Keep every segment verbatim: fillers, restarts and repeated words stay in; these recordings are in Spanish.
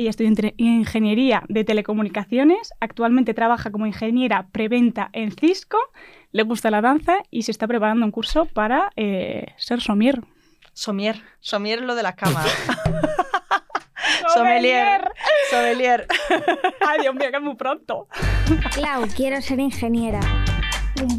Ella estudia entre- ingeniería de telecomunicaciones, actualmente trabaja como ingeniera preventa en Cisco, le gusta la danza y se está preparando un curso para eh, ser sommelier. Somier. Somier es lo de las camas. ¡Sommelier! Sommelier. ¡Ay, Dios mío, que es muy pronto! Clau, quiero ser ingeniera. Un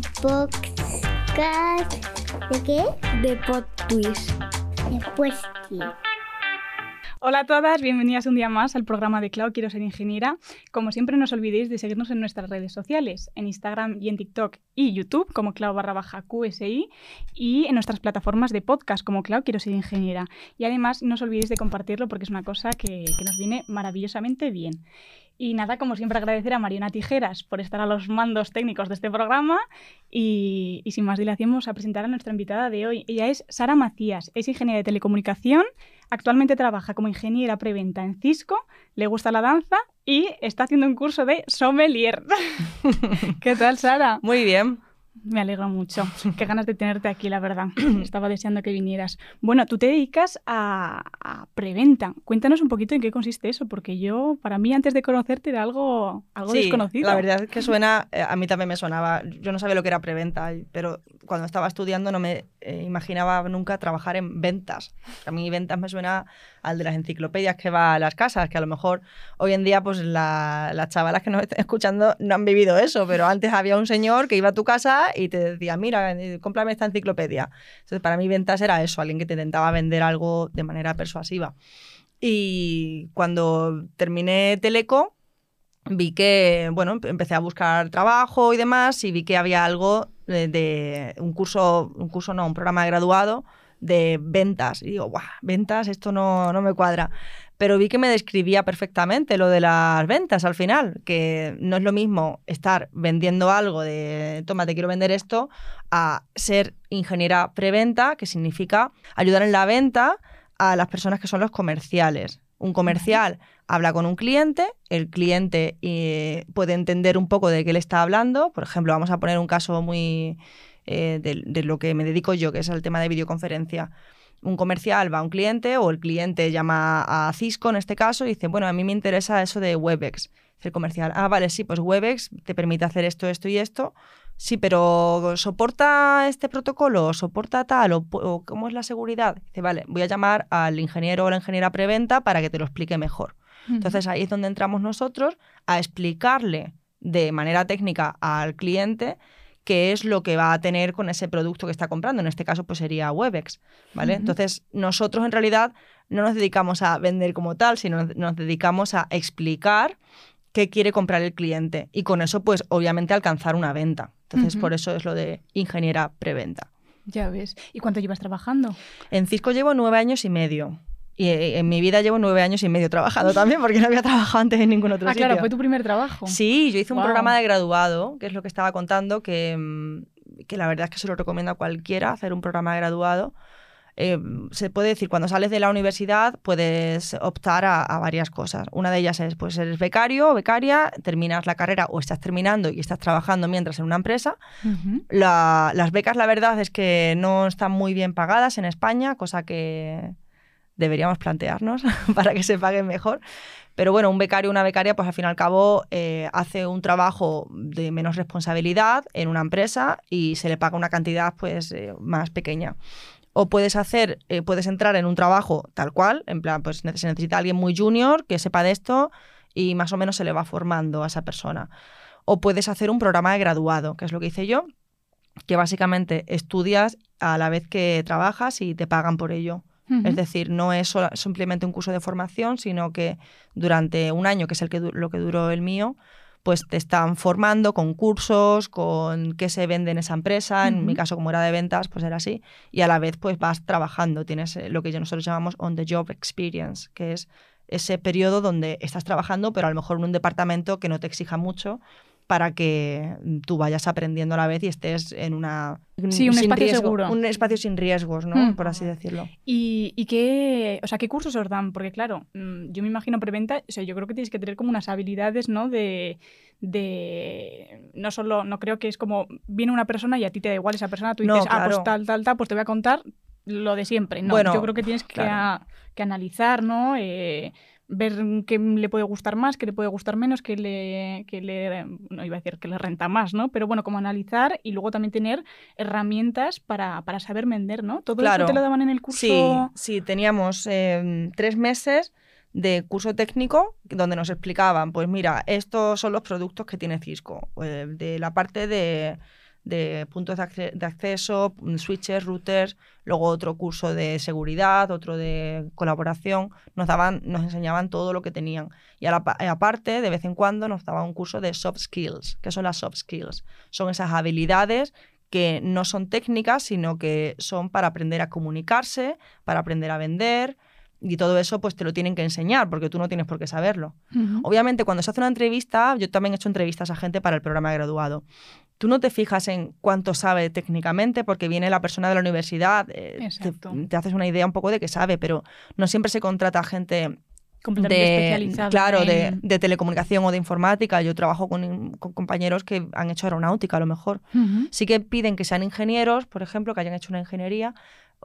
podcast de qué? De Pod Twist. Después sí. Hola a todas, bienvenidas un día más al programa de Clau, quiero ser ingeniera. Como siempre, no os olvidéis de seguirnos en nuestras redes sociales, en Instagram y en TikTok y YouTube, como Clau barra baja Q S I, y en nuestras plataformas de podcast, como Clau, quiero ser ingeniera. Y además, no os olvidéis de compartirlo porque es una cosa que, que nos viene maravillosamente bien. Y nada, como siempre, agradecer a Mariona Tijeras por estar a los mandos técnicos de este programa. Y, y sin más dilación, vamos a presentar a nuestra invitada de hoy. Ella es Sara Macías, es ingeniera de telecomunicación, actualmente trabaja como ingeniera preventa en Cisco, le gusta la danza y está haciendo un curso de sommelier. ¿Qué tal, Sara? Muy bien. Me alegro mucho. Qué ganas de tenerte aquí, la verdad. Estaba deseando que vinieras. Bueno, tú te dedicas a, a preventa. Cuéntanos un poquito en qué consiste eso, porque yo, para mí, antes de conocerte, era algo, algo Sí, desconocido. la verdad es que suena, eh, a mí también me sonaba, yo no sabía lo que era preventa, pero cuando estaba estudiando no me eh, imaginaba nunca trabajar en ventas. A mí ventas me suena al de las enciclopedias que va a las casas, que a lo mejor hoy en día pues la, las chavalas que nos estén escuchando no han vivido eso, pero antes había un señor que iba a tu casa y te decía, mira, cómprame esta enciclopedia. Entonces, para mí ventas era eso, alguien que te intentaba vender algo de manera persuasiva. Y cuando terminé Teleco, vi que, bueno, empecé a buscar trabajo y demás y vi que había algo de, de un curso, un curso no, un programa de graduado de ventas. Y digo, guau, ventas, esto no, no me cuadra. Pero vi que me describía perfectamente lo de las ventas al final, que no es lo mismo estar vendiendo algo de, toma, te quiero vender esto, a ser ingeniera preventa, que significa ayudar en la venta a las personas que son los comerciales. Un comercial habla con un cliente, el cliente eh, puede entender un poco de qué le está hablando. Por ejemplo, vamos a poner un caso muy eh, de, de lo que me dedico yo, que es el tema de videoconferencia. Un comercial va a un cliente o el cliente llama a Cisco en este caso y dice, bueno, a mí me interesa eso de Webex. Dice el comercial, ah, vale, sí, pues Webex te permite hacer esto, esto y esto. Sí, pero ¿soporta este protocolo? ¿Soporta tal? ¿O, o cómo es la seguridad? Dice, vale, voy a llamar al ingeniero o la ingeniera preventa para que te lo explique mejor. Uh-huh. Entonces ahí es donde entramos nosotros a explicarle de manera técnica al cliente qué es lo que va a tener con ese producto que está comprando. En este caso, pues sería Webex, ¿vale? Uh-huh. Entonces, nosotros en realidad no nos dedicamos a vender como tal, sino nos dedicamos a explicar qué quiere comprar el cliente y con eso, pues, obviamente alcanzar una venta. Entonces, uh-huh. por eso es lo de ingeniera preventa. Ya ves. ¿Y cuánto llevas trabajando? En Cisco llevo nueve años y medio. Y en mi vida llevo nueve años y medio trabajando también, porque no había trabajado antes en ningún otro ah, sitio. Ah, claro, fue tu primer trabajo. Sí, yo hice un wow. programa de graduado, que es lo que estaba contando, que, que la verdad es que se lo recomiendo a cualquiera, hacer un programa de graduado. Eh, se puede decir, cuando sales de la universidad puedes optar a, a varias cosas. Una de ellas es, pues eres becario o becaria, terminas la carrera o estás terminando y estás trabajando mientras en una empresa. Uh-huh. La, las becas, la verdad es que no están muy bien pagadas en España, cosa que deberíamos plantearnos para que se paguen mejor. Pero bueno, un becario o una becaria, pues al fin y al cabo eh, hace un trabajo de menos responsabilidad en una empresa y se le paga una cantidad pues eh, más pequeña. O puedes hacer, eh, puedes entrar en un trabajo tal cual, en plan, pues se necesita alguien muy junior que sepa de esto y más o menos se le va formando a esa persona. O puedes hacer un programa de graduado, que es lo que hice yo, que básicamente estudias a la vez que trabajas y te pagan por ello. Uh-huh. Es decir, no es solo, simplemente un curso de formación, sino que durante un año, que es el que lo que duró el mío, pues te están formando con cursos, con qué se vende en esa empresa. En uh-huh. mi caso, como era de ventas, pues era así. Y a la vez, pues vas trabajando. Tienes lo que nosotros llamamos on the job experience, que es ese periodo donde estás trabajando, pero a lo mejor en un departamento que no te exija mucho para que tú vayas aprendiendo a la vez y estés en una... Sí, un espacio riesgo, seguro. Un espacio sin riesgos, ¿no? Mm. Por así decirlo. ¿Y, y qué, o sea, qué cursos os dan? Porque claro, yo me imagino preventa, o sea, yo creo que tienes que tener como unas habilidades, ¿no? De, de... No solo, no creo que es como, viene una persona y a ti te da igual esa persona, tú dices, no, claro. ah, pues tal, tal, tal, pues te voy a contar lo de siempre. No, bueno, yo creo que tienes que, claro. a, que analizar, ¿no? Eh, ver qué le puede gustar más, qué le puede gustar menos, qué le, qué le, no iba a decir que le renta más, ¿no? Pero bueno, como analizar y luego también tener herramientas para, para saber vender, ¿no? ¿Todo Claro. eso te lo daban en el curso? Sí, sí, teníamos eh, tres meses de curso técnico donde nos explicaban, pues mira, estos son los productos que tiene Cisco, eh, de la parte de, de puntos de, acce- de acceso, switches, routers, luego otro curso de seguridad, otro de colaboración, nos daban, nos enseñaban todo lo que tenían. Y a la pa- aparte, de vez en cuando, nos daban un curso de soft skills. ¿Qué son las soft skills? Son esas habilidades que no son técnicas, sino que son para aprender a comunicarse, para aprender a vender, y todo eso pues te lo tienen que enseñar, porque tú no tienes por qué saberlo. Ujú. Obviamente, cuando se hace una entrevista, yo también he hecho entrevistas a gente para el programa de graduado. Tú no te fijas en cuánto sabe técnicamente, porque viene la persona de la universidad, eh, Exacto. te, te haces una idea un poco de que sabe, pero no siempre se contrata a gente Completamente de, especializada claro, en- de, de telecomunicación o de informática. Yo trabajo con, con compañeros que han hecho aeronáutica, a lo mejor. Ujú. Sí que piden que sean ingenieros, por ejemplo, que hayan hecho una ingeniería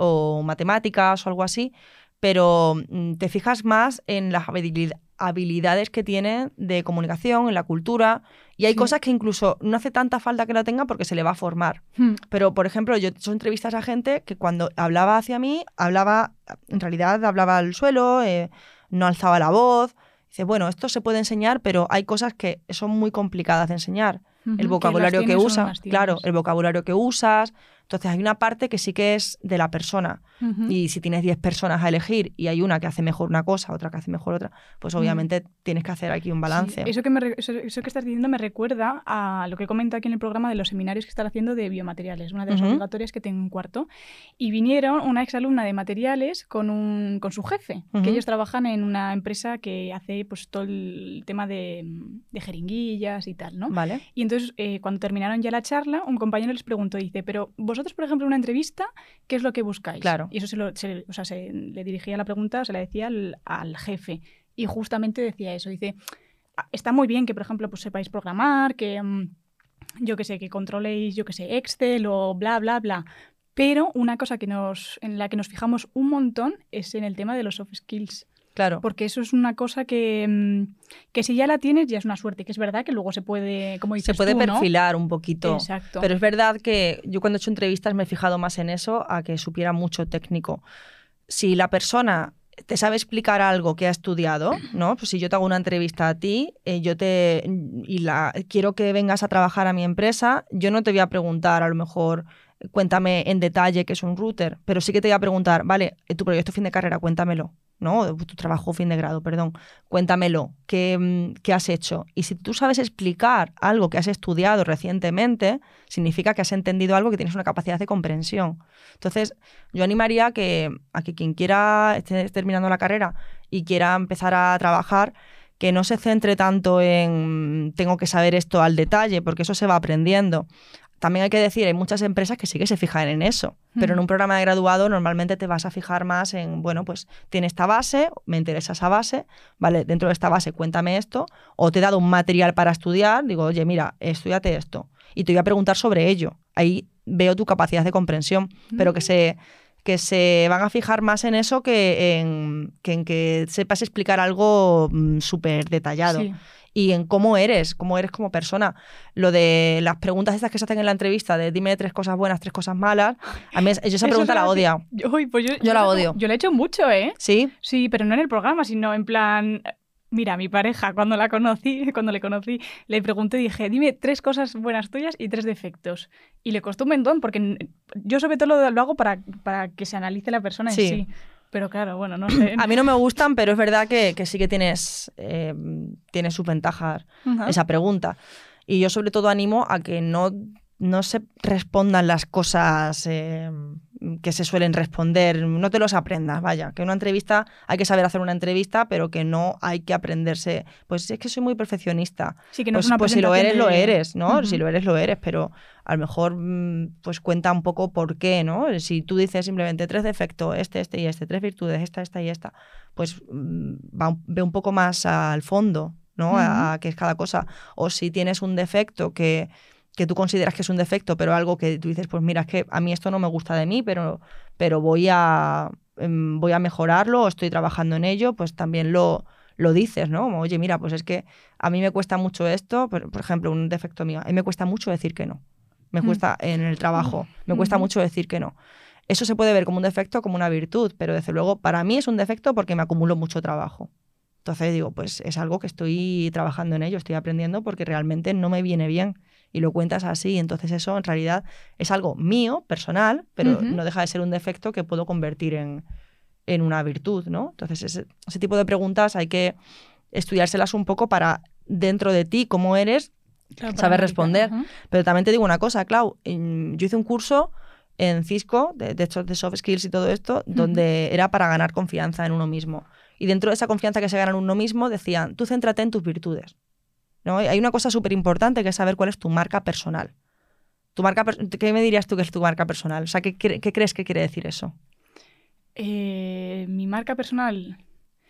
o matemáticas o algo así, pero mm, te fijas más en las habilid- habilidades que tienen de comunicación, en la cultura, y hay Sí. cosas que incluso no hace tanta falta que la tengan porque se le va a formar. Hmm. Pero, por ejemplo, yo he hecho entrevistas a gente que cuando hablaba hacia mí, hablaba, en realidad hablaba al suelo, eh, no alzaba la voz. Dice, bueno, esto se puede enseñar, pero hay cosas que son muy complicadas de enseñar. Ujú, El que vocabulario las que, tienes o no usa, las tienes. claro, el vocabulario que usas. Entonces hay una parte que sí que es de la persona. Ujú. Y si tienes diez personas a elegir y hay una que hace mejor una cosa, otra que hace mejor otra, pues obviamente tienes que hacer aquí un balance. Sí, eso, que me re- eso, eso que estás diciendo me recuerda a lo que comento aquí en el programa de los seminarios que están haciendo de biomateriales, una de las Ujú. obligatorias que tengo en cuarto. Y vinieron una exalumna de materiales con, un, con su jefe, Ujú. que ellos trabajan en una empresa que hace pues todo el tema de, de jeringuillas y tal, ¿no? Vale. Y entonces, eh, cuando terminaron ya la charla, un compañero les preguntó, dice, pero vosotros, por ejemplo, en una entrevista, ¿qué es lo que buscáis? Claro. Y eso se, lo, se, o sea, se le dirigía la pregunta, se la decía al, al jefe. Y justamente decía eso, dice, "Ah, está muy bien que, por ejemplo, pues sepáis programar, que mm, yo que sé, que controléis, yo que sé, Excel o bla, bla, bla. Pero una cosa que nos, en la que nos fijamos un montón es en el tema de los soft skills. Claro. Porque eso es una cosa que, mm, que si ya la tienes ya es una suerte, que es verdad que luego se puede, como dices Se puede tú, ¿no? perfilar un poquito. Exacto. Pero es verdad que yo cuando he hecho entrevistas me he fijado más en eso, a que supiera mucho técnico. Si la persona te sabe explicar algo que ha estudiado, ¿no? Pues si yo te hago una entrevista a ti, eh, yo te y la quiero que vengas a trabajar a mi empresa, yo no te voy a preguntar a lo mejor cuéntame en detalle qué es un router, pero sí que te voy a preguntar, vale, tu proyecto fin de carrera, cuéntamelo, ¿no? Tu trabajo fin de grado, perdón, cuéntamelo, ¿qué, qué has hecho? Y si tú sabes explicar algo que has estudiado recientemente, significa que has entendido algo, que tienes una capacidad de comprensión. Entonces, yo animaría a que, a que quien quiera, esté terminando la carrera y quiera empezar a trabajar, que no se centre tanto en tengo que saber esto al detalle, porque eso se va aprendiendo. También hay que decir, hay muchas empresas que sí que se fijan en eso, pero en un programa de graduado normalmente te vas a fijar más en, bueno, pues tiene esta base, me interesa esa base, vale, dentro de esta base cuéntame esto, o te he dado un material para estudiar, digo, oye, mira, estudiate esto, y te voy a preguntar sobre ello. Ahí veo tu capacidad de comprensión, pero que se, que se van a fijar más en eso que en que, en que sepas explicar algo mm, súper detallado. Sí. Y en cómo eres, cómo eres como persona. Lo de las preguntas estas que se hacen en la entrevista, de dime tres cosas buenas, tres cosas malas, a mí es- yo esa Eso pregunta se la lo hace- odio. Yo, uy, pues yo, Yo la esa- odio. Yo la he hecho mucho, ¿eh? ¿Sí? Sí, pero no en el programa, sino en plan... Mira, mi pareja, cuando la conocí, cuando le conocí, le pregunté y dije, dime tres cosas buenas tuyas y tres defectos. Y le costó un montón, porque n- yo sobre todo lo, lo hago para, para que se analice la persona Sí. en sí. Pero claro, bueno, no sé. A mí no me gustan, pero es verdad que, que sí que tienes, eh, tiene sus ventajas Ajá. esa pregunta. Y yo sobre todo animo a que no, no se respondan las cosas eh, que se suelen responder, no te los aprendas, vaya, que una entrevista, hay que saber hacer una entrevista, pero que no hay que aprenderse, pues es que soy muy perfeccionista. Sí, que no Pues, es una pues si lo presentación eres, lo de- eres, ¿no? Ujú. Si lo eres, lo eres, pero a lo mejor mm, pues cuenta un poco por qué, ¿no? Si tú dices simplemente tres defectos, este, este y este, tres virtudes, esta, esta y esta, pues mm, va, un- ve un poco más al fondo, ¿no? Ujú. A, a qué es cada cosa. O si tienes un defecto que, que tú consideras que es un defecto, pero algo que tú dices, pues mira, es que a mí esto no me gusta de mí, pero, pero voy a, em, voy a mejorarlo o estoy trabajando en ello, pues también lo, lo dices, ¿no? Como, oye, mira, pues es que a mí me cuesta mucho esto, por, por ejemplo, un defecto mío, a mí me cuesta mucho decir que no. Me cuesta mm. en el trabajo, me cuesta mm-hmm. mucho decir que no. Eso se puede ver como un defecto, como una virtud, pero desde luego para mí es un defecto porque me acumulo mucho trabajo. Entonces digo, pues es algo que estoy trabajando en ello, estoy aprendiendo porque realmente no me viene bien y lo cuentas así. Entonces eso en realidad es algo mío, personal, pero uh-huh. no deja de ser un defecto que puedo convertir en, en una virtud, ¿no? Entonces ese, ese tipo de preguntas hay que estudiárselas un poco para dentro de ti, cómo eres, claro, saber responder. Uh-huh. Pero también te digo una cosa, Clau, yo hice un curso en Cisco, de, de hecho de soft skills y todo esto, uh-huh. donde era para ganar confianza en uno mismo. Y dentro de esa confianza que se gana en uno mismo, decían, tú céntrate en tus virtudes, ¿no? Hay una cosa súper importante que es saber cuál es tu marca personal. Tu marca, ¿qué me dirías tú que es tu marca personal? O sea, ¿qué, qué crees que quiere decir eso? Eh, mi marca personal,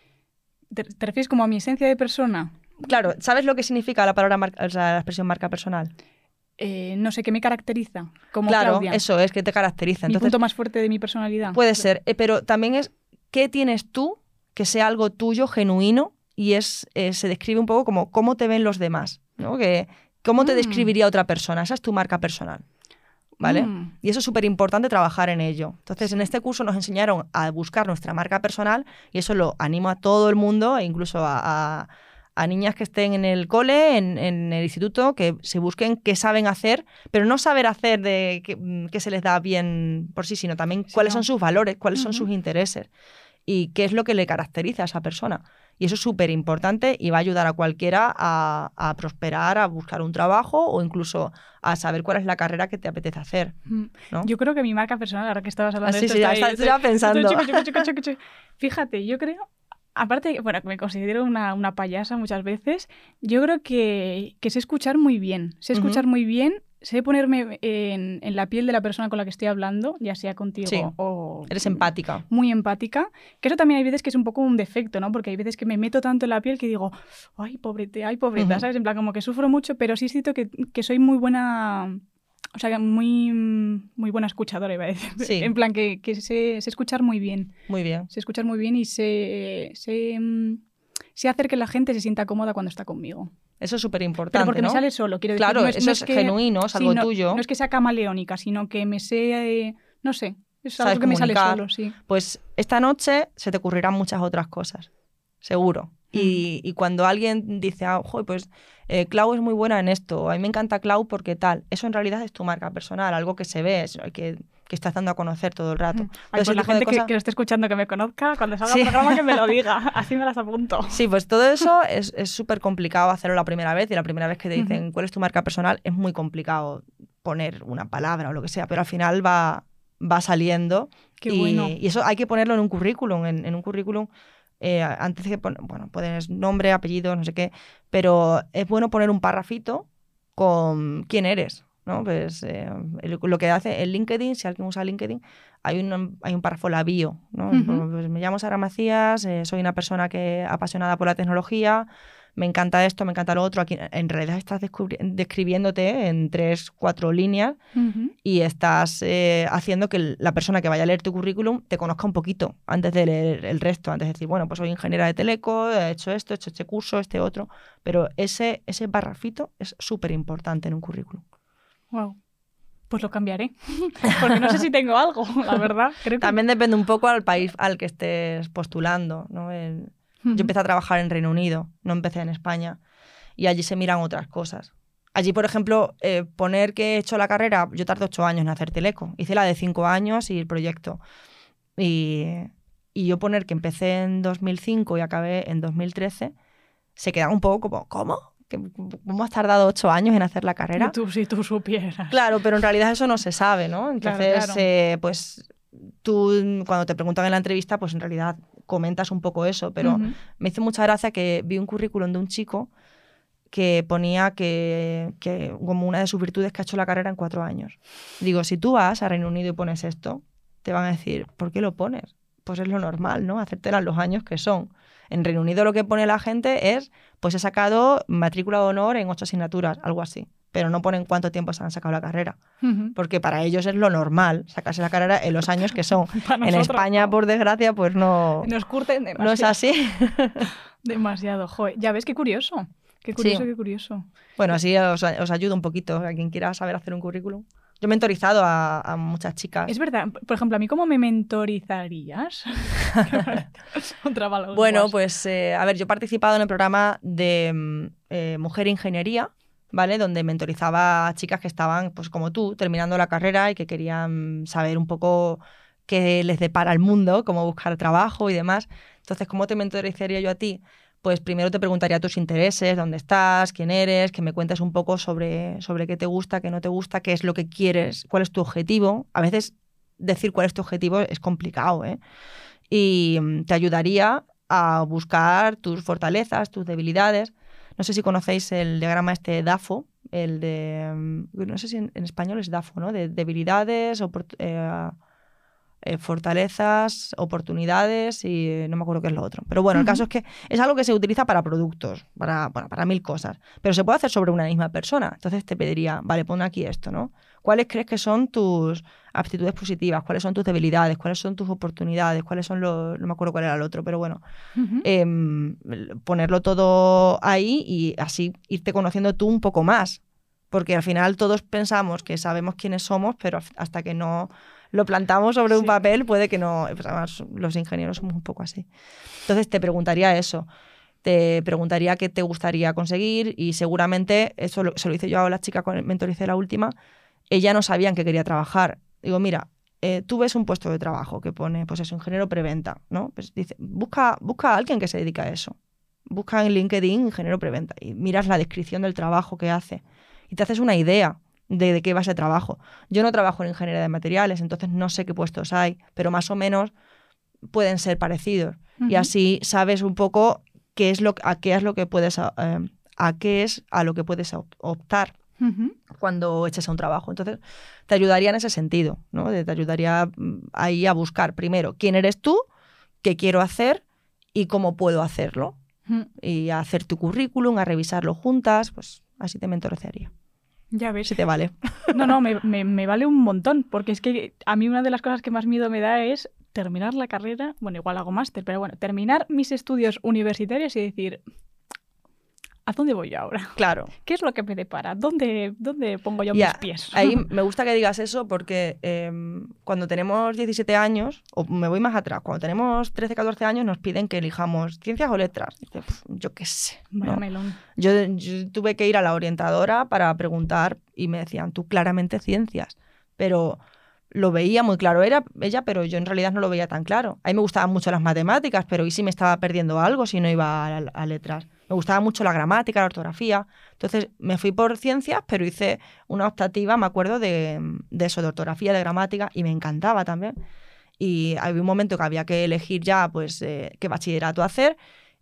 ¿te, ¿te refieres como a mi esencia de persona? Claro, ¿sabes lo que significa la palabra, marca, o sea, la expresión marca personal? Eh, no sé, ¿qué me caracteriza? Como claro, Claudia. Eso es, que te caracteriza. Mi Entonces, punto más fuerte de mi personalidad. Puede ser, eh, pero también es, ¿qué tienes tú que sea algo tuyo, genuino? Y es eh, se describe un poco como cómo te ven los demás, ¿no? Que, ¿Cómo te mm. describiría otra persona? Esa es tu marca personal, ¿vale? Mm. Y eso es súper importante trabajar en ello. Entonces, en este curso nos enseñaron a buscar nuestra marca personal y eso lo animo a todo el mundo, e incluso a, a, a niñas que estén en el cole, en, en el instituto, que se busquen qué saben hacer, pero no saber hacer de qué, qué se les da bien por sí, sino también sí, cuáles no. son sus valores, cuáles uh-huh. son sus intereses y qué es lo que le caracteriza a esa persona. Y eso es súper importante y va a ayudar a cualquiera a, a prosperar, a buscar un trabajo o incluso a saber cuál es la carrera que te apetece hacer, ¿no? Yo creo que mi marca personal, ahora que estabas hablando ah, de sí, esto... Sí, sí, estoy, estaba pensando. Estoy, estoy, estoy, estoy, estoy, estoy. Fíjate, yo creo... Aparte, bueno, me considero una, una payasa muchas veces, yo creo que, que sé escuchar muy bien. Sé escuchar uh-huh. muy bien, sé ponerme en, en la piel de la persona con la que estoy hablando, ya sea contigo sí. o... Eres empática. Muy empática. Que eso también hay veces que es un poco un defecto, ¿no? Porque hay veces que me meto tanto en la piel que digo, ay, pobrete, ay, pobreta, uh-huh. ¿sabes? En plan, como que sufro mucho, pero sí siento que, que soy muy buena... O sea, muy, muy buena escuchadora, iba a decir. Sí. En plan, que, que sé, sé escuchar muy bien. Muy bien. Sé escuchar muy bien y sé, sé, sé hacer que la gente se sienta cómoda cuando está conmigo. Eso es súper importante, Pero porque ¿no? me sale solo, quiero decir. Claro, no es, eso no es, es que, genuino, es algo sí, no, tuyo. No es que sea camaleónica, sino que me sé... Eh, no sé, es algo Sabes que me comunicar. sale solo, sí. Pues esta noche se te ocurrirán muchas otras cosas, seguro. Y, y cuando alguien dice, ah, joder, pues eh, Clau es muy buena en esto, a mí me encanta Clau porque tal, eso en realidad es tu marca personal, algo que se ve, es, que, que estás dando a conocer todo el rato. Ay, pues la gente cosas... que, que lo esté escuchando, que me conozca, cuando salga sí. el programa que me lo diga, así me las apunto. Sí, pues todo eso es súper complicado hacerlo la primera vez y la primera vez que te dicen uh-huh. cuál es tu marca personal es muy complicado poner una palabra o lo que sea, pero al final va, va saliendo. Qué y, bueno. y eso hay que ponerlo en un currículum, en, en un currículum. Eh, antes de que pon- bueno, pones nombre, apellido, no sé qué, pero es bueno poner un parrafito con quién eres, ¿no? Pues eh, el, lo que hace el LinkedIn, si alguien usa LinkedIn, hay un, hay un párrafo, la bio, ¿no? Uh-huh. Pues me llamo Sara Macías, eh, soy una persona que apasionada por la tecnología, me encanta esto, me encanta lo otro. Aquí en realidad estás descubri- describiéndote en tres, cuatro líneas uh-huh. y estás eh, haciendo que la persona que vaya a leer tu currículum te conozca un poquito antes de leer el resto, antes de decir, bueno, pues soy ingeniera de teleco, he hecho esto, he hecho este curso, este otro. Pero ese, ese parrafito es súper importante en un currículum. Wow. Pues lo cambiaré, porque no sé si tengo algo, la verdad. Creo que... También depende un poco al país al que estés postulando, ¿no? El... Yo empecé a trabajar en Reino Unido, no empecé en España, y allí se miran otras cosas. Allí, por ejemplo, eh, poner que he hecho la carrera, yo tardé ocho años en hacer teleco, hice la de cinco años y el proyecto. Y, y yo poner que empecé en dos mil cinco y acabé en dos mil trece, se queda un poco como, ¿cómo? ¿Cómo has tardado ocho años en hacer la carrera? Tú, si tú supieras. Claro, pero en realidad eso no se sabe, ¿no? Entonces, claro, claro. Eh, pues tú cuando te preguntan en la entrevista, pues en realidad comentas un poco eso, pero uh-huh. me hizo mucha gracia que vi un currículum de un chico que ponía que, que como una de sus virtudes que ha hecho la carrera en cuatro años. Digo, si tú vas a Reino Unido y pones esto, te van a decir, ¿por qué lo pones? Pues es lo normal, ¿no? Hacértela en los años que son. En Reino Unido lo que pone la gente es, pues he sacado matrícula de honor en ocho asignaturas, algo así. Pero no ponen cuánto tiempo se han sacado la carrera. Ujú. Porque para ellos es lo normal sacarse la carrera en los años que son. Para En nosotros, España, no. por desgracia, pues no, Nos curten demasiado. no es así. Demasiado, joder. Ya ves, qué curioso. Qué curioso, Sí. qué curioso. Bueno, así os, os ayudo un poquito a quien quiera saber hacer un currículum. Yo he mentorizado a, a muchas chicas. Es verdad. Por ejemplo, ¿a mí cómo me mentorizarías? Otra palabra. Bueno, pues eh, a ver, yo he participado en el programa de mm, eh, Mujer Ingeniería, ¿vale? Donde mentorizaba a chicas que estaban, pues como tú, terminando la carrera y que querían saber un poco qué les depara el mundo, cómo buscar trabajo y demás. Entonces, ¿cómo te mentorizaría yo a ti? Pues primero te preguntaría tus intereses, dónde estás, quién eres, que me cuentes un poco sobre, sobre qué te gusta, qué no te gusta, qué es lo que quieres, cuál es tu objetivo. A veces decir cuál es tu objetivo es complicado, ¿eh? Y mm, te ayudaría a buscar tus fortalezas, tus debilidades. No sé si conocéis el diagrama este DAFO, el de, mm, no sé si en, en español es DAFO, ¿no? De debilidades, opor- eh, eh, fortalezas, oportunidades y eh, no me acuerdo qué es lo otro. Pero bueno, el Ujú. caso es que es algo que se utiliza para productos, para, bueno, para mil cosas, pero se puede hacer sobre una misma persona. Entonces te pediría, vale, pon aquí esto, ¿no? ¿Cuáles crees que son tus aptitudes positivas? ¿Cuáles son tus debilidades? ¿Cuáles son tus oportunidades? ¿Cuáles son los...? No me acuerdo cuál era el otro, pero bueno. Ujú. em, ponerlo todo ahí y así irte conociendo tú un poco más. Porque al final todos pensamos que sabemos quiénes somos, pero hasta que no lo plantamos sobre un Sí. papel puede que no... Pues además, los ingenieros somos un poco así. Entonces te preguntaría eso. Te preguntaría qué te gustaría conseguir y seguramente, eso lo, se lo hice yo a la chica con el mentoricé la última, ella no sabía en qué quería trabajar. Digo, mira, eh, tú ves un puesto de trabajo que pone, pues eso, ingeniero preventa, ¿no? Pues dice, busca, busca a alguien que se dedica a eso. Busca en LinkedIn ingeniero preventa y miras la descripción del trabajo que hace y te haces una idea de, de qué va ese trabajo. Yo no trabajo en ingeniería de materiales, entonces no sé qué puestos hay, pero más o menos pueden ser parecidos. Y Ujú. así sabes un poco qué es lo, a qué es lo que puedes, eh, a qué es a lo que puedes op- optar Ujú. cuando eches a un trabajo. Entonces, te ayudaría en ese sentido, ¿no? Te ayudaría mm, ahí a buscar primero quién eres tú, qué quiero hacer y cómo puedo hacerlo. Ujú. Y a hacer tu currículum, a revisarlo juntas, pues así te mentorizaría. Ya ves. Si te vale. No, no, me, me, me vale un montón, porque es que a mí una de las cosas que más miedo me da es terminar la carrera, bueno, igual hago máster, pero bueno, terminar mis estudios universitarios y decir, ¿a dónde voy yo ahora? Claro. ¿Qué es lo que me depara? ¿Dónde, dónde pongo yo Ya, mis pies? ahí me gusta que digas eso porque eh, cuando tenemos diecisiete años, o me voy más atrás, cuando tenemos trece, catorce años nos piden que elijamos ciencias o letras. Dice, "Pf, yo qué sé. Vaya ¿no?". melón. Yo, yo tuve que ir a la orientadora para preguntar y me decían, tú claramente ciencias, pero lo veía muy claro era ella, pero yo en realidad no lo veía tan claro. A mí me gustaban mucho las matemáticas, pero ¿y si me estaba perdiendo algo si no iba a, a letras? Me gustaba mucho la gramática, la ortografía. Entonces me fui por ciencias, pero hice una optativa, me acuerdo, de, de eso, de ortografía, de gramática, y me encantaba también. Y había un momento que había que elegir ya, pues, eh, qué bachillerato hacer,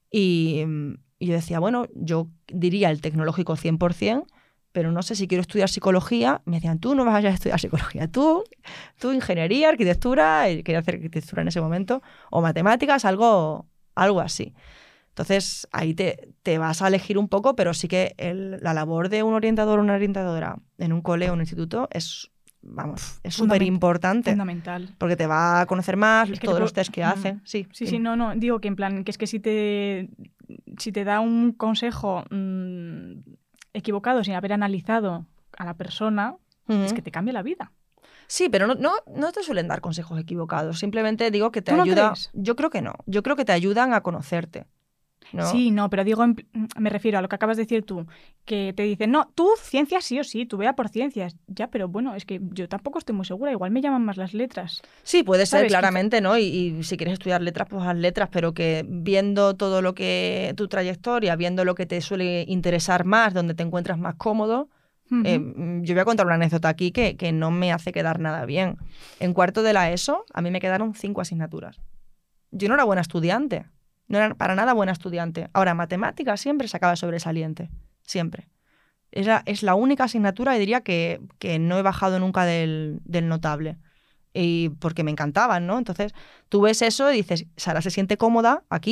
y, y yo decía, bueno, yo diría el tecnológico cien por ciento, pero no sé si quiero estudiar psicología. Me decían, tú no vas a estudiar psicología, tú, tú ingeniería, arquitectura, y quería hacer arquitectura en ese momento, o matemáticas, algo, algo así. Entonces ahí te, te vas a elegir un poco, pero sí que el, la labor de un orientador o una orientadora en un cole o un instituto es, vamos, es súper importante, Fundamental. porque te va a conocer más, Es que todos te los puedo- test que Ujú. hacen. Sí, Sí, dime. sí, no, no, digo que en plan, que es que si te, si te da un consejo mmm, equivocado sin haber analizado a la persona, Ujú. es que te cambia la vida. Sí, pero no, no, no te suelen dar consejos equivocados. Simplemente digo que te ¿Tú no ayuda. crees? Yo creo que no. Yo creo que te ayudan a conocerte, ¿no? Sí, no, pero digo, en pl- me refiero a lo que acabas de decir tú, que te dicen, no, tú ciencias sí o sí, tú vea por ciencias. Ya, pero bueno, es que yo tampoco estoy muy segura, igual me llaman más las letras. Sí, puede ser, ¿Sabes? claramente, ¿no? Y, y si quieres estudiar letras, pues haz letras, pero que viendo todo lo que, tu trayectoria, viendo lo que te suele interesar más, donde te encuentras más cómodo, Ujú. eh, yo voy a contar una anécdota aquí que, que no me hace quedar nada bien. En cuarto de la ESO, a mí me quedaron cinco asignaturas. Yo no era buena estudiante, no era para nada buena estudiante. Ahora, matemáticas siempre sacaba sobresaliente, siempre. Es la, es la única asignatura, y diría, que, que no he bajado nunca del, del notable. Y porque me encantaban, ¿no? Entonces, tú ves eso y dices, Sara se siente cómoda aquí.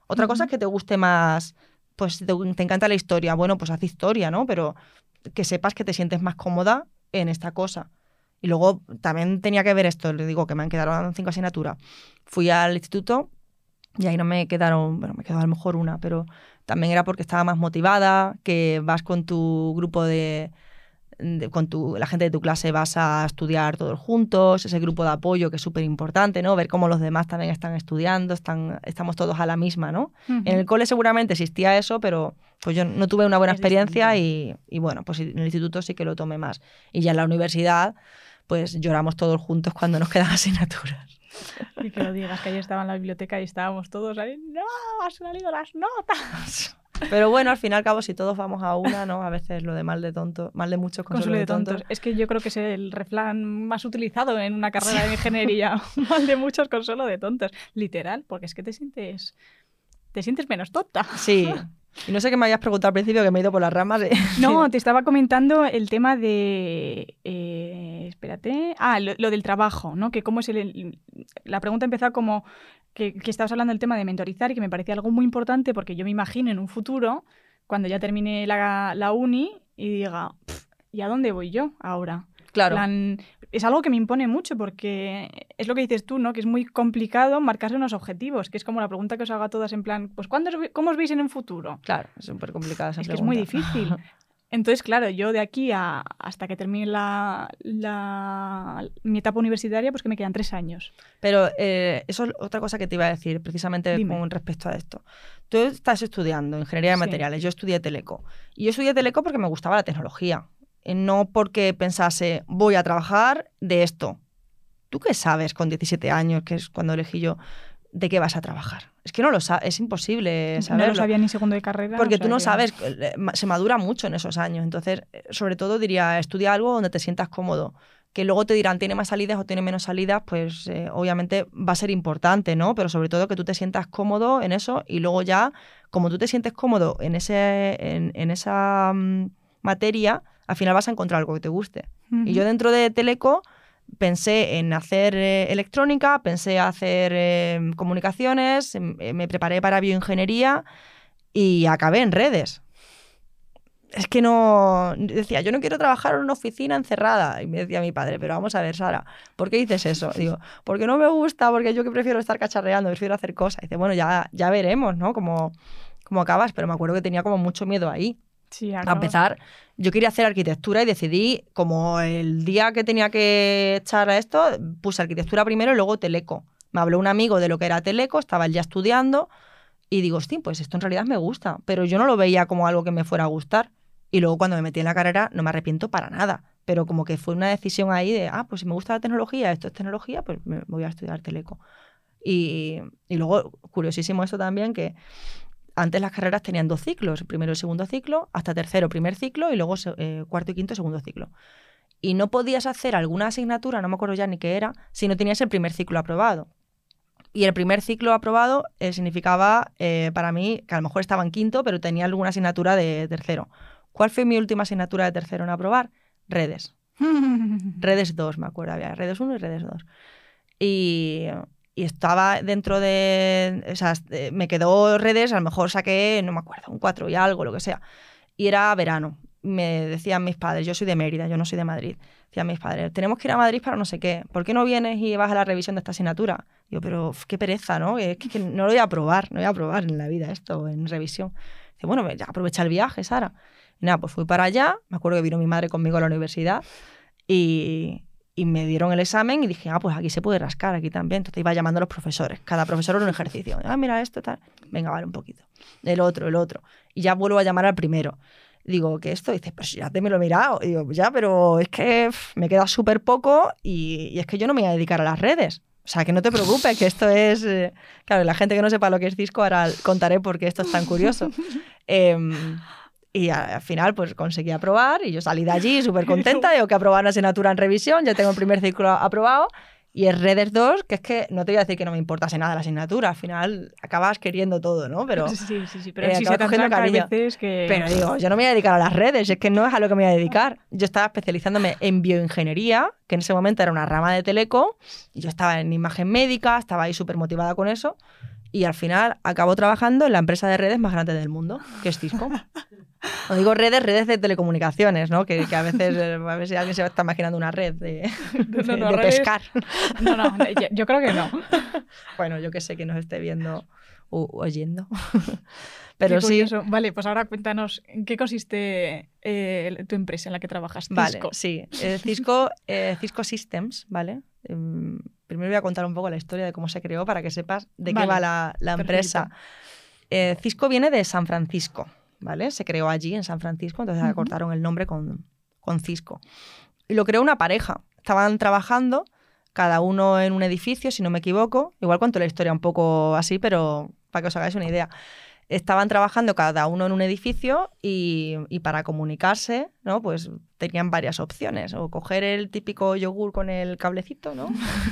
Otra Ujú. cosa es que te guste más, pues te, te encanta la historia. Bueno, pues haz historia, ¿no? Pero que sepas que te sientes más cómoda en esta cosa. Y luego también tenía que ver esto, le digo que me quedaron cinco asignaturas. Fui al instituto y ahí no me quedaron, bueno, me quedó a lo mejor una, pero también era porque estaba más motivada, que vas con tu grupo de, de- con tu, la gente de tu clase, vas a estudiar todos juntos, ese grupo de apoyo que es súper importante, ¿no? Ver cómo los demás también están estudiando, están, estamos todos a la misma, ¿no? Ujú. En el cole seguramente existía eso, pero pues yo no tuve una buena Es experiencia distinto. y, y bueno, pues en el instituto sí que lo tomé más. Y ya en la universidad, pues lloramos todos juntos cuando nos quedan asignaturas. Y que lo digas, que ayer estaba en la biblioteca y estábamos todos ahí, ¡no! ¡Has salido las notas! Pero bueno, al fin y al cabo, si todos vamos a una, ¿no? A veces lo de mal de tonto, mal de muchos Consuelo de tontos. Es que yo creo que es el refrán más utilizado en una carrera de ingeniería. Mal de muchos, consuelo de tontos. Literal, porque es que te sientes, te sientes menos tonta. Sí. Y no sé qué me habías preguntado al principio, que me he ido por las ramas. De... No, te estaba comentando el tema de... eh, espérate. Ah, lo, lo del trabajo, ¿no? Que cómo es el... el- la pregunta empezó como que, que estabas hablando del tema de mentorizar y que me parecía algo muy importante porque yo me imagino en un futuro, cuando ya termine la, la uni y diga, "Pf, ¿y a dónde voy yo ahora?". Claro. Plan, es algo que me impone mucho porque es lo que dices tú, ¿no? Que es muy complicado marcarse unos objetivos, que es como la pregunta que os hago a todas en plan, pues ¿cuándo os ve- ¿cómo os veis en un futuro? Claro, es súper complicada esa Es que es pregunta. muy difícil. Entonces, claro, yo de aquí a, hasta que termine la, la- mi etapa universitaria, pues que me quedan tres años. Pero eh, eso es otra cosa que te iba a decir, precisamente Dime. con respecto a esto. Tú estás estudiando ingeniería de Sí. materiales, yo estudié teleco. Y yo estudié teleco porque me gustaba la tecnología, eh, no porque pensase, voy a trabajar de esto. ¿Tú qué sabes con diecisiete años, que es cuando elegí yo, de qué vas a trabajar? Es que no lo sabes, es imposible saberlo. No lo sabía ni segundo de carrera. Porque o sea tú no que- sabes, eh, ma- se madura mucho en esos años. Entonces, eh, sobre todo diría, estudia algo donde te sientas cómodo. Que luego te dirán, tiene más salidas o tiene menos salidas, pues eh, obviamente va a ser importante, ¿no? Pero sobre todo que tú te sientas cómodo en eso y luego ya, como tú te sientes cómodo en, ese, en, en esa mm, materia, al final vas a encontrar algo que te guste. Ujú. Y yo dentro de Teleco pensé en hacer eh, electrónica, pensé hacer eh, comunicaciones, em- eh, me preparé para bioingeniería y acabé en redes. Es que no... Decía, yo no quiero trabajar en una oficina encerrada. Y me decía mi padre, pero vamos a ver, Sara, ¿por qué dices eso? Digo, porque no me gusta, porque yo que prefiero estar cacharreando, prefiero hacer cosas. Y dice, bueno, ya, ya veremos, ¿no? Cómo, cómo acabas. Pero me acuerdo que tenía como mucho miedo ahí. Sí, A acabo- empezar, yo quería hacer arquitectura y decidí, como el día que tenía que echar a esto, puse arquitectura primero y luego teleco. Me habló un amigo de lo que era teleco, estaba él ya estudiando y digo, hostia, pues esto en realidad me gusta, pero yo no lo veía como algo que me fuera a gustar. Y luego cuando me metí en la carrera no me arrepiento para nada, pero como que fue una decisión ahí de, ah, pues si me gusta la tecnología, esto es tecnología, pues me voy a estudiar teleco. Y, y luego, curiosísimo esto también, que antes las carreras tenían dos ciclos, primero y segundo ciclo, hasta tercero, primer ciclo, y luego se- eh, cuarto y quinto, segundo ciclo. Y no podías hacer alguna asignatura, no me acuerdo ya ni qué era, si no tenías el primer ciclo aprobado. Y el primer ciclo aprobado eh, significaba, eh, para mí, que a lo mejor estaba en quinto, pero tenía alguna asignatura de tercero. ¿Cuál fue mi última asignatura de tercero en aprobar? Redes. Redes dos, me acuerdo, había Redes uno y Redes dos. Y, y estaba dentro de... O sea, eh, me quedó Redes, a lo mejor saqué, no me acuerdo, un cuatro y algo, lo que sea. Y era verano. Me decían mis padres, yo soy de Mérida, yo no soy de Madrid. Decían mis padres, tenemos que ir a Madrid para no sé qué. ¿Por qué no vienes y vas a la revisión de esta asignatura? Digo, pero uf, qué pereza, ¿no? Es que, que no lo voy a probar, no voy a probar en la vida esto, en revisión. Dice, bueno, ya aprovecha el viaje, Sara. Y nada, pues fui para allá, me acuerdo que vino mi madre conmigo a la universidad y, y me dieron el examen y dije, ah, pues aquí se puede rascar, aquí también. Entonces iba llamando a los profesores, cada profesor era un ejercicio. Ah, mira esto, tal. Venga, vale, un poquito. El otro, el otro. Y ya vuelvo a llamar al primero. Digo, ¿qué esto? Y dice, pues ya te me lo he mirado. Y digo, ya, pero es que pff, me queda súper poco y, y es que yo no me voy a dedicar a las redes. O sea, que no te preocupes, que esto es... Eh... Claro, la gente que no sepa lo que es Cisco, ahora contaré por qué esto es tan curioso. Eh, y al final, pues conseguí aprobar y yo salí de allí súper contenta. Digo que aprobar una asignatura en revisión, ya tengo el primer ciclo aprobado. Y es Redes dos, que es que no te voy a decir que no me importase nada la asignatura. Al final acabas queriendo todo, ¿no? Pero, sí, sí, sí, pero eh, sí acabas se te cogiendo atranca, hay cariño. veces que... Pero digo, yo no me voy a dedicar a las redes, es que no es a lo que me voy a dedicar. Yo estaba especializándome en bioingeniería, que en ese momento era una rama de teleco, y yo estaba en imagen médica, estaba ahí súper motivada con eso, y al final acabó trabajando en la empresa de redes más grande del mundo, que es Cisco. Os digo redes, redes de telecomunicaciones, ¿no? Que, que a veces, a ver si alguien se está imaginando una red de, de, No, no, de redes- pescar. No, no, yo, yo creo que no. Bueno, yo que sé que nos esté viendo o oyendo. Pero Qué sí, curioso. Vale, pues ahora cuéntanos, ¿en qué consiste eh, tu empresa en la que trabajas? vale, Cisco. sí. Eh, Cisco, eh, Cisco Systems, ¿vale? Em, primero voy a contar un poco la historia de cómo se creó para que sepas de qué Vale, va la, la empresa. Eh, Cisco viene de San Francisco, ¿vale? Se creó allí en San Francisco, entonces Ujú. acortaron el nombre con, con Cisco. Y lo creó una pareja. Estaban trabajando cada uno en un edificio, si no me equivoco. Igual cuento la historia un poco así, pero para que os hagáis una idea. Estaban trabajando cada uno en un edificio y, y para comunicarse, ¿no? Pues tenían varias opciones. O coger el típico yogur con el cablecito, ¿no?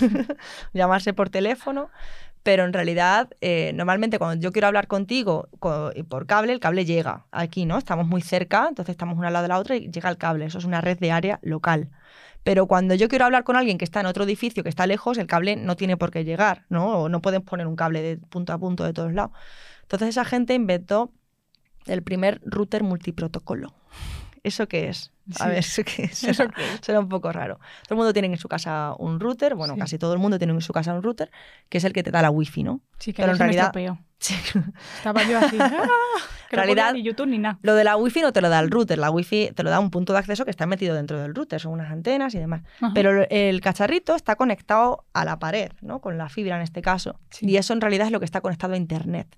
Llamarse por teléfono. Pero en realidad, eh, normalmente cuando yo quiero hablar contigo co- y por cable, el cable llega aquí, ¿no? Estamos muy cerca, entonces estamos una al lado de la otra y llega el cable. Eso es una red de área local. Pero cuando yo quiero hablar con alguien que está en otro edificio, que está lejos, el cable no tiene por qué llegar, ¿no? O no pueden poner un cable de punto a punto de todos lados. Entonces esa gente inventó el primer router multiprotocolo. ¿Eso qué es? A Sí. ver, ¿eso qué es? ¿Eso qué es? Será un poco raro. Todo el mundo tiene en su casa un router, bueno, Sí. casi todo el mundo tiene en su casa un router, que es el que te da la wifi, ¿no? Sí, que Pero ayer en se me realidad- estropeó. Sí. Estaba yo así. ¡ah! Que En no podía realidad- ni YouTube ni nada. Lo de la wifi no te lo da el router, la wifi te lo da un punto de acceso que está metido dentro del router, son unas antenas y demás. Ajá. Pero el cacharrito está conectado a la pared, ¿no? Con la fibra en este caso. Sí. Y eso en realidad es lo que está conectado a Internet.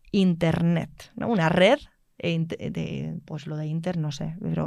Internet, ¿no? Una red e int- de, pues lo de Inter, no sé, pero...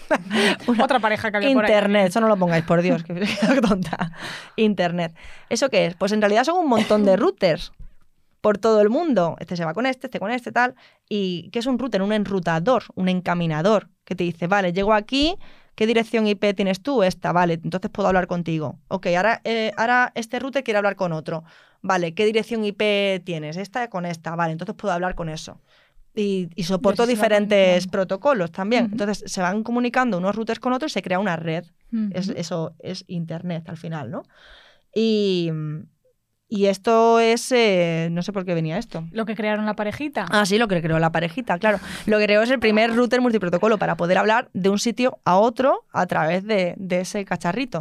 una- Otra pareja que había por ahí. Internet, eso no lo pongáis, por Dios, que qué tonta. Internet. ¿Eso qué es? Pues en realidad son un montón de routers por todo el mundo. Este se va con este, este con este, tal. ¿Y qué es un router? Un enrutador, un encaminador, que te dice, vale, llego aquí, ¿qué dirección I P tienes tú? Esta, vale, entonces puedo hablar contigo. Ok, ahora, eh, ahora este router quiere hablar con otro. Vale, ¿qué dirección I P tienes? Esta con esta, vale, entonces puedo hablar con eso. Y, y soporto Y así se va diferentes comunicando. protocolos también. Ujú. Entonces se van comunicando unos routers con otros y se crea una red. Ujú. Es, eso es Internet al final, ¿no? Y, y esto es... eh, no sé por qué venía esto. Lo que crearon la parejita. Ah, sí, lo que creó la parejita, claro. Lo que creó es el primer router multiprotocolo para poder hablar de un sitio a otro a través de, de ese cacharrito.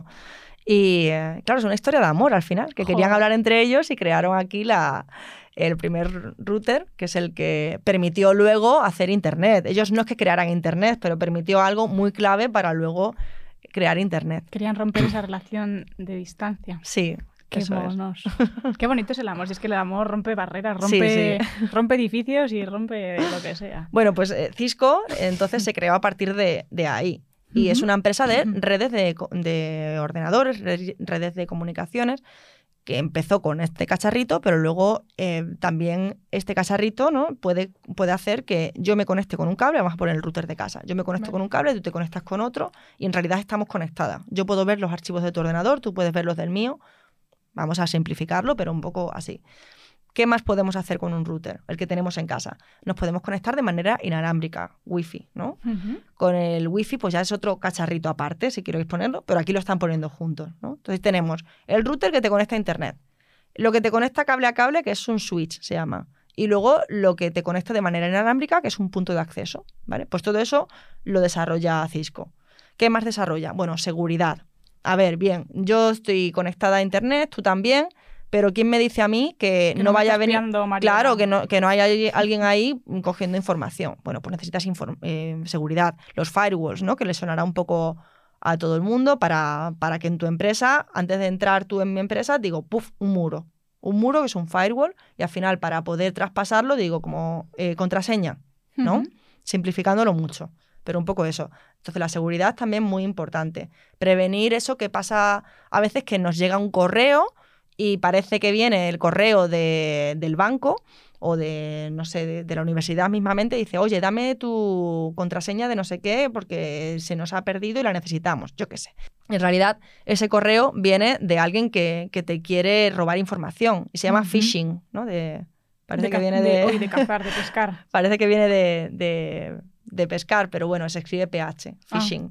Y eh, claro, es una historia de amor al final, que querían Joder. hablar entre ellos y crearon aquí la, el primer router, que es el que permitió luego hacer Internet. Ellos no es que crearan Internet, pero permitió algo muy clave para luego crear Internet. Querían romper esa relación de distancia. Sí, Qué eso es. monos. Qué bonito es el amor. Si es que el amor rompe barreras, Sí, rompe, rompe edificios y rompe lo que sea. Bueno, pues eh, Cisco entonces se creó a partir de, de ahí. Y es Ujú. una empresa de Ujú. redes de, co- de ordenadores, re- redes de comunicaciones, que empezó con este cacharrito, pero luego eh, también este cacharrito, ¿no? puede, puede hacer que yo me conecte con un cable, vamos a poner el router de casa. Yo me conecto Vale. con un cable, tú te conectas con otro y en realidad estamos conectadas. Yo puedo ver los archivos de tu ordenador, tú puedes ver los del mío. Vamos a simplificarlo, pero un poco así. ¿Qué más podemos hacer con un router, el que tenemos en casa? Nos podemos conectar de manera inalámbrica, wifi, ¿no? Ujú. Con el wifi pues ya es otro cacharrito aparte, si queréis ponerlo, pero aquí lo están poniendo juntos, ¿no? Entonces tenemos el router que te conecta a internet, lo que te conecta cable a cable, que es un switch, se llama, y luego lo que te conecta de manera inalámbrica, que es un punto de acceso, ¿vale? Pues todo eso lo desarrolla Cisco. ¿Qué más desarrolla? Bueno, seguridad. A ver, bien, yo estoy conectada a internet, tú también, pero ¿quién me dice a mí que, Que no, me vaya a está venir? espiando Mariana. Claro, que no, que no haya ahí- alguien ahí cogiendo información. Bueno, pues necesitas inform- eh, seguridad. Los firewalls, ¿no? Que le sonará un poco a todo el mundo para, para que en tu empresa, antes de entrar tú en mi empresa, digo, puf, un muro. Un muro que es un firewall y al final para poder traspasarlo digo como eh, contraseña, ¿no? Ujú. Simplificándolo mucho, pero un poco eso. Entonces la seguridad también muy importante. Prevenir eso que pasa a veces que nos llega un correo y parece que viene el correo de, del banco o de, no sé, de, de la universidad mismamente y dice, oye, dame tu contraseña de no sé qué porque se nos ha perdido y la necesitamos, yo qué sé. En realidad, ese correo viene de alguien que, que te quiere robar información y se llama Ujú. phishing, ¿no? De, parece De que ca- viene de, de... hoy de cazar, de pescar. Parece que viene de, de, de pescar, pero bueno, se escribe P H, phishing.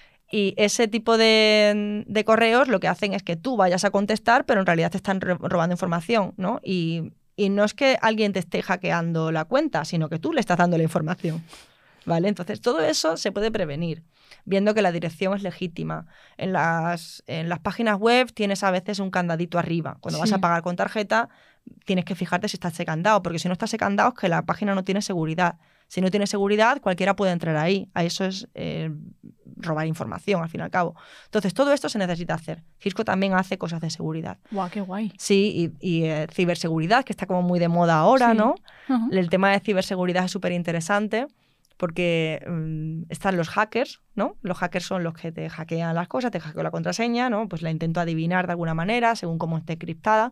Y ese tipo de, de correos lo que hacen es que tú vayas a contestar, pero en realidad te están ro- robando información, ¿no? Y y no es que alguien te esté hackeando la cuenta, sino que tú le estás dando la información. ¿Vale? Entonces, todo eso se puede prevenir, viendo que la dirección es legítima. En las, en las páginas web tienes a veces un candadito arriba. Cuando Sí. vas a pagar con tarjeta, tienes que fijarte si está ese candado, porque si no está ese candado es que la página no tiene seguridad. Si no tiene seguridad, cualquiera puede entrar ahí. A eso es eh, robar información, al fin y al cabo. Entonces, todo esto se necesita hacer. Cisco también hace cosas de seguridad. Guau, qué guay. Sí, y, y eh, ciberseguridad, que está como muy de moda ahora, Sí. ¿no? Ajá. El tema de ciberseguridad es súper interesante porque um, están los hackers, ¿no? Los hackers son los que te hackean las cosas, te hackean la contraseña, ¿no? Pues la intento adivinar de alguna manera, según cómo esté encriptada,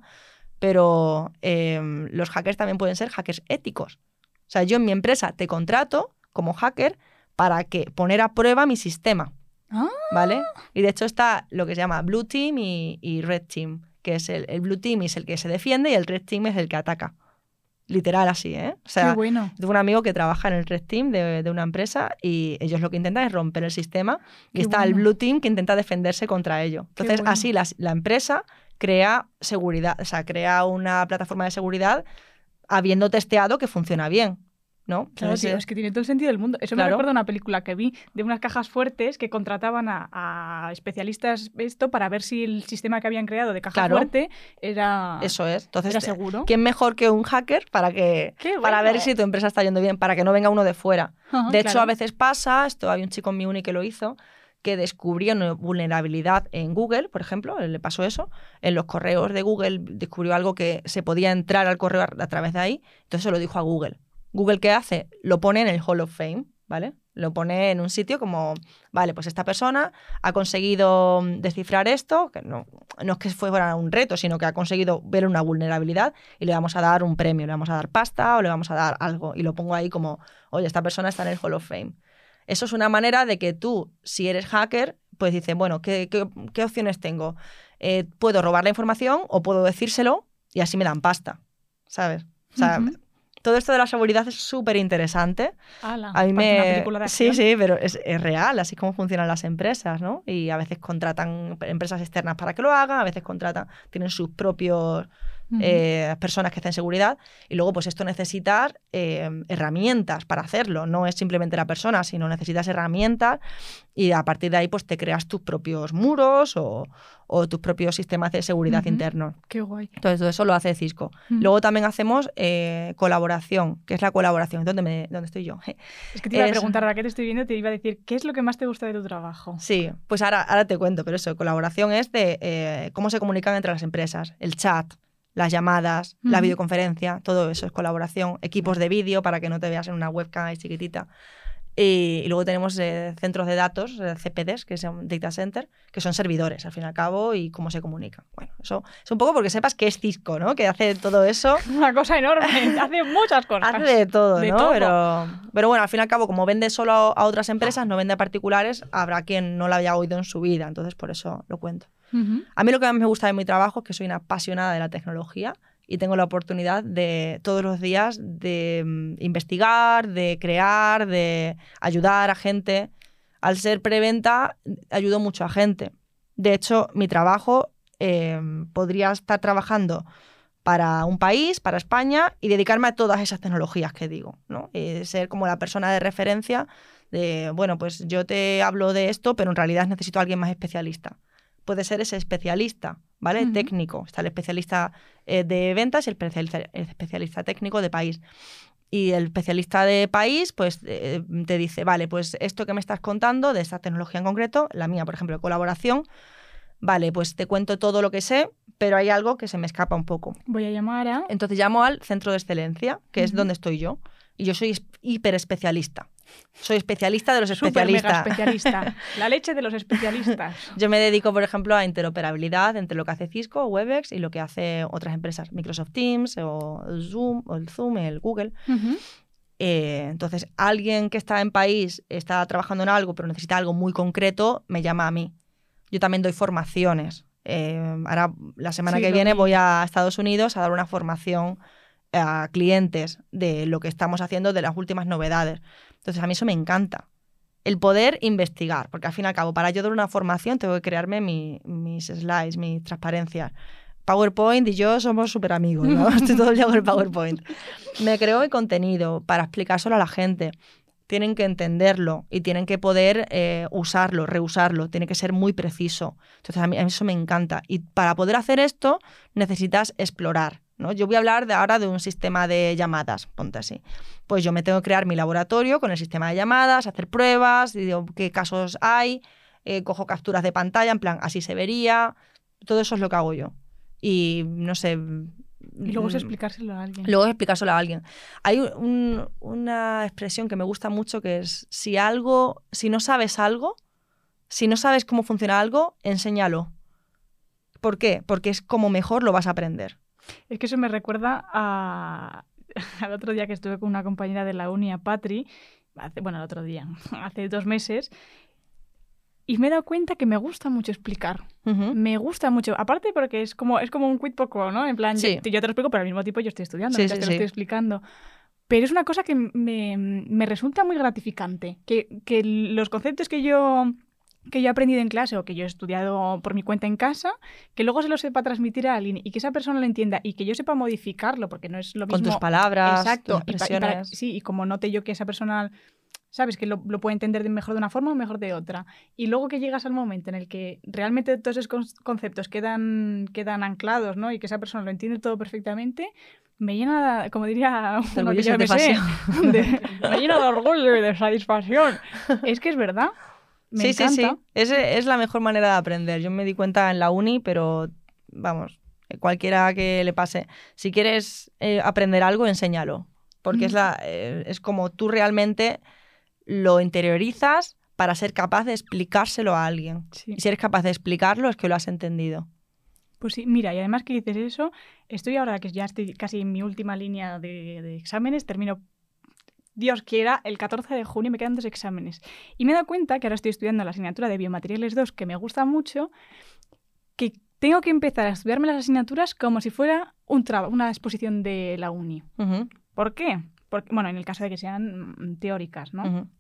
pero eh, los hackers también pueden ser hackers éticos. O sea, yo en mi empresa te contrato como hacker para que poner a prueba mi sistema, Ah. ¿vale? Y de hecho está lo que se llama Blue Team y, y Red Team, que es el, el Blue Team es el que se defiende y el Red Team es el que ataca. Literal así, ¿eh? O sea, Qué bueno. tengo un amigo que trabaja en el Red Team de, de una empresa y ellos lo que intentan es romper el sistema y Qué está el bueno. Blue Team que intenta defenderse contra ello. Qué Entonces, bueno. así la, la empresa crea seguridad, o sea, crea una plataforma de seguridad habiendo testeado que funciona bien, ¿no? Claro, Entonces, tío, es que tiene todo el sentido del mundo. Eso me Claro. recuerda a una película que vi de unas cajas fuertes que contrataban a, a especialistas esto para ver si el sistema que habían creado de caja Claro. fuerte era, eso es. Entonces, era seguro. ¿quién mejor que un hacker para, que, Qué para bueno. ver si tu empresa está yendo bien, para que no venga uno de fuera? Ajá, De hecho, claro. a veces pasa, esto hay un chico en mi uni que lo hizo, que descubrió una vulnerabilidad en Google, por ejemplo, le pasó eso, en los correos de Google descubrió algo que se podía entrar al correo a, a través de ahí, entonces se lo dijo a Google. Google, ¿qué hace? Lo pone en el Hall of Fame, ¿vale? Lo pone en un sitio como, vale, pues esta persona ha conseguido descifrar esto, que no, no es que fuera un reto, sino que ha conseguido ver una vulnerabilidad y le vamos a dar un premio, le vamos a dar pasta o le vamos a dar algo. Y lo pongo ahí como, oye, esta persona está en el Hall of Fame. Eso es una manera de que tú, si eres hacker, pues dices, bueno, ¿qué, qué, qué opciones tengo? Eh, puedo robar la información o puedo decírselo y así me dan pasta, ¿sabes? O sea, Ujú. todo esto de la seguridad es súper interesante. Ala, A mí parece una me... película de Sí, acción. sí, pero es, es real, así es como funcionan las empresas, ¿no? Y a veces contratan empresas externas para que lo hagan, a veces contratan, tienen sus propios Ujú. eh, personas que hacen seguridad y luego pues esto necesitas eh, herramientas para hacerlo, no es simplemente la persona, sino necesitas herramientas y a partir de ahí pues te creas tus propios muros o, o tus propios sistemas de seguridad Ujú. internos. Qué guay. Entonces todo eso lo hace Cisco. Ujú. Luego también hacemos eh, colaboración, que es la colaboración, ¿dónde, me, dónde estoy yo? Es que te iba a Es- preguntar, ahora que te estoy viendo, te iba a decir, ¿qué es lo que más te gusta de tu trabajo? Sí, pues ahora, ahora te cuento, pero eso, colaboración es de eh, cómo se comunican entre las empresas, el chat, las llamadas, la Ujú. videoconferencia, todo eso es colaboración, equipos de vídeo para que no te veas en una webcam ahí chiquitita. Y, y luego tenemos eh, centros de datos, eh, C P Ds, que son Data Center, que son servidores, al fin y al cabo, y cómo se comunican. Bueno, eso es un poco porque sepas que es Cisco, ¿no? Que hace todo eso. Una cosa enorme, hace muchas cosas. Hace de todo, De ¿no? todo. Pero, pero bueno, al fin y al cabo, como vende solo a, a otras empresas, no vende a particulares, habrá quien no lo haya oído en su vida, entonces por eso lo cuento. Ujú. A mí lo que más me gusta de mi trabajo es que soy una apasionada de la tecnología y tengo la oportunidad de todos los días de mm, investigar, de crear, de ayudar a gente. Al ser preventa, ayudo mucho a gente. De hecho, mi trabajo eh, podría estar trabajando para un país, para España, y dedicarme a todas esas tecnologías que digo, ¿no? Y ser como la persona de referencia de, bueno, pues yo te hablo de esto, pero en realidad necesito a alguien más especialista. Puede ser ese especialista, ¿vale? Ujú. Técnico. Está el especialista eh, de ventas y el especialista, el especialista técnico de país. Y el especialista de país, pues eh, te dice, vale, pues esto que me estás contando de esta tecnología en concreto, la mía, por ejemplo, de colaboración, vale, pues te cuento todo lo que sé, pero hay algo que se me escapa un poco. Voy a llamar a... Entonces llamo al centro de excelencia, que es Ujú. donde estoy yo, y yo soy es- hiper especialista. Soy especialista de los Súper mega especialistas. especialista. La leche de los especialistas. Yo me dedico, por ejemplo, a interoperabilidad entre lo que hace Cisco, Webex y lo que hace otras empresas, Microsoft Teams o el Zoom, o el Zoom, el Google. Ujú. Eh, entonces, alguien que está en país, está trabajando en algo, pero necesita algo muy concreto, me llama a mí. Yo también doy formaciones. Eh, ahora, la semana Sí, que lo viene, vi. voy a Estados Unidos a dar una formación a clientes de lo que estamos haciendo, de las últimas novedades. Entonces, a mí eso me encanta. El poder investigar, porque al fin y al cabo, para yo dar una formación tengo que crearme mi- mis slides, mis transparencias. PowerPoint y yo somos súper amigos, ¿no? Estoy todo el día con el PowerPoint. Me creo mi contenido para explicárselo a la gente. Tienen que entenderlo y tienen que poder eh, usarlo, reusarlo. Tiene que ser muy preciso. Entonces, a mí, a mí eso me encanta. Y para poder hacer esto, necesitas explorar, ¿no? Yo voy a hablar de ahora de un sistema de llamadas, ponte así. Pues yo me tengo que crear mi laboratorio con el sistema de llamadas, hacer pruebas, digo qué casos hay, eh, cojo capturas de pantalla, en plan, así se vería. Todo eso es lo que hago yo. Y no sé... Y luego es explicárselo a alguien. Luego es explicárselo a alguien. Hay un, una expresión que me gusta mucho que es, si algo, si no sabes algo, si no sabes cómo funciona algo, enséñalo. ¿Por qué? Porque es como mejor lo vas a aprender. Es que eso me recuerda a... al otro día que estuve con una compañera de la uni, a Patri, hace, bueno, el otro día, hace dos meses, y me he dado cuenta que me gusta mucho explicar. Uh-huh. Me gusta mucho. Aparte porque es como, es como un quid pro quo, ¿no? En plan, Sí. yo, yo te lo explico, pero al mismo tiempo yo estoy estudiando, Sí, mientras sí, te sí. lo estoy explicando. Pero es una cosa que me, me resulta muy gratificante. Que, que los conceptos que yo, que yo he aprendido en clase o que yo he estudiado por mi cuenta en casa, que luego se lo sepa transmitir a alguien y que esa persona lo entienda y que yo sepa modificarlo, porque no es lo mismo... Con tus palabras, Exacto. tus Y pa- y expresiones. para- sí, y como note yo que esa persona... ¿Sabes? Que lo, lo puede entender de mejor de una forma o mejor de otra. Y luego que llegas al momento en el que realmente todos esos con- conceptos quedan, quedan anclados, ¿no? Y que esa persona lo entiende todo perfectamente, me llena, como diría De uno orgullo que y yo me sé, satisfacción. de- me llena de orgullo y de satisfacción. Es que es verdad. Me sí, encanta. sí, sí. Es, es la mejor manera de aprender. Yo me di cuenta en la uni, pero vamos, cualquiera que le pase. Si quieres eh, aprender algo, enséñalo. Porque Mm. es, la, eh, es como tú realmente lo interiorizas para ser capaz de explicárselo a alguien. Sí. Y si eres capaz de explicarlo, es que lo has entendido. Pues sí, mira, y además que dices eso, estoy ahora que ya estoy casi en mi última línea de, de exámenes, termino, Dios quiera, el catorce de junio, me quedan dos exámenes. Y me he dado cuenta que ahora estoy estudiando la asignatura de Biomateriales dos, que me gusta mucho, que tengo que empezar a estudiarme las asignaturas como si fuera un traba- una exposición de la uni. Uh-huh, ¿Por qué? Porque, bueno, en el caso de que sean mm, teóricas, ¿no? uh-huh.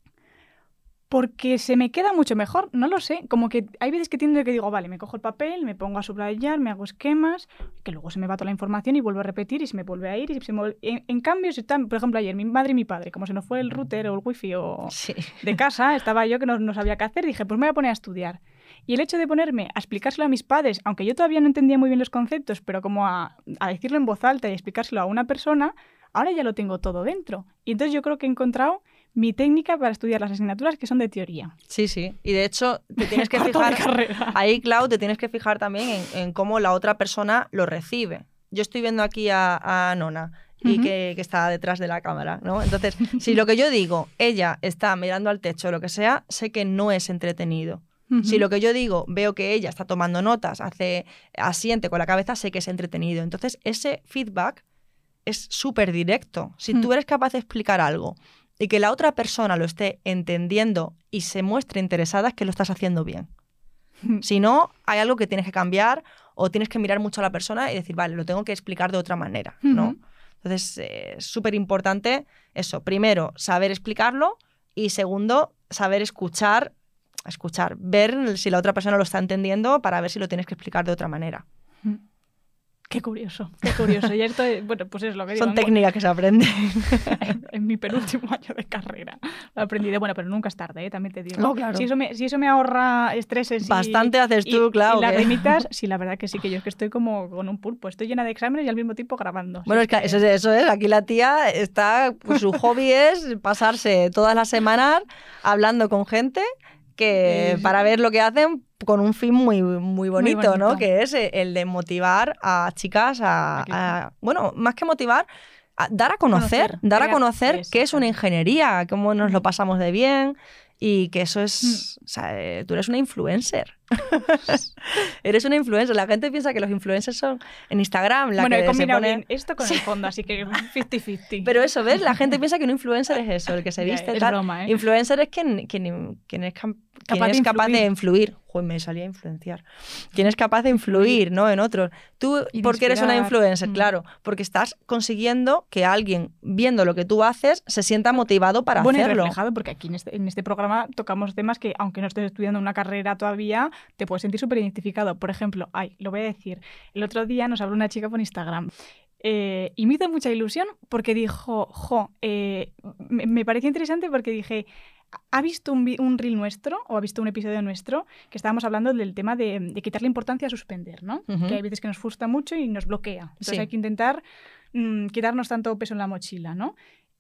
Porque se me queda mucho mejor, no lo sé. Como que hay veces que tiendo que digo, vale, me cojo el papel, me pongo a subrayar, me hago esquemas, que luego se me va toda la información y vuelvo a repetir y se me vuelve a ir. Y se me vuelve... en, en cambio, si están, por ejemplo, ayer mi madre y mi padre, como se nos fue el router o el wifi o Sí. de casa, estaba yo que no, no sabía qué hacer, dije, pues me voy a poner a estudiar. Y el hecho de ponerme a explicárselo a mis padres, aunque yo todavía no entendía muy bien los conceptos, pero como a, a decirlo en voz alta y explicárselo a una persona, ahora ya lo tengo todo dentro. Y entonces yo creo que he encontrado mi técnica para estudiar las asignaturas que son de teoría. Sí, sí. Y de hecho, te tienes que Cuarto de fijar... carrera. Ahí, Clau, te tienes que fijar también en, en cómo la otra persona lo recibe. Yo estoy viendo aquí a, a Nona y Ujú. que, que está detrás de la cámara, ¿no? Entonces, si lo que yo digo, ella está mirando al techo o lo que sea, sé que no es entretenido. Ujú. Si lo que yo digo, veo que ella está tomando notas, hace asiente con la cabeza, sé que es entretenido. Entonces, ese feedback es súper directo. Si Mm. tú eres capaz de explicar algo y que la otra persona lo esté entendiendo y se muestre interesada, es que lo estás haciendo bien. Si no, hay algo que tienes que cambiar o tienes que mirar mucho a la persona y decir, vale, lo tengo que explicar de otra manera, ¿no? Ujú. Entonces, eh, es súper importante eso. Primero, saber explicarlo y segundo, saber escuchar, escuchar, ver si la otra persona lo está entendiendo para ver si lo tienes que explicar de otra manera. Qué curioso, qué curioso. Y esto, bueno, pues es lo que digo. Son ¿no? técnicas que se aprenden. en, en mi penúltimo año de carrera lo aprendí de, bueno, pero nunca es tarde, ¿eh? También te digo. No, claro. Si eso me, si eso me ahorra estreses y... Bastante haces y- tú, Clau, Y que- lagrimitas, sí, la verdad que sí, que yo es que estoy como con un pulpo. Estoy llena de exámenes y al mismo tiempo grabando. Bueno, es Así que eso, es- eso es, aquí la tía está, pues su hobby es pasarse todas las semanas hablando con gente que Sí. para ver lo que hacen con un fin muy, muy bonito, bonito. ¿no? Que es el de motivar a chicas a, A que- a- bueno, más que motivar, a dar a conocer, Conocer, dar a crear- conocer eso, qué es una exacto. ingeniería, cómo nos lo pasamos de bien y que eso es, Mm. o sea, eh, tú eres una influencer. Eres una influencer. La gente piensa que los influencers son en Instagram, la bueno, que he se combinado pone... bien esto con el fondo, así que cincuenta cincuenta. Pero eso, ¿ves? La gente piensa que un influencer es eso, el que se Ya, viste es tal. broma, ¿eh? Influencer es quien, quien, quien es cam- ¿Quién Capaz es de capaz de influir. influir? Joder, me salía a influenciar. ¿Quién es capaz de influir, ¿no? En otros. Tú, Y de ¿por qué eres una inspirar. influencer? Mm. Claro, porque estás consiguiendo que alguien, viendo lo que tú haces, se sienta motivado para Bueno, y hacerlo. reflejado, porque aquí en este, en este programa tocamos temas que, aunque no estés estudiando una carrera todavía, te puedes sentir súper identificado. Por ejemplo, ay, lo voy a decir, el otro día nos habló una chica por Instagram. Eh, y me hizo mucha ilusión porque dijo, jo, eh, me, me pareció interesante porque dije, ¿ha visto un, vi- un reel nuestro o ha visto un episodio nuestro que estábamos hablando del tema de, de quitarle importancia a suspender, ¿no? Ujú. Que hay veces que nos frustra mucho y nos bloquea. Entonces Sí. hay que intentar mm, quitarnos tanto peso en la mochila, ¿no?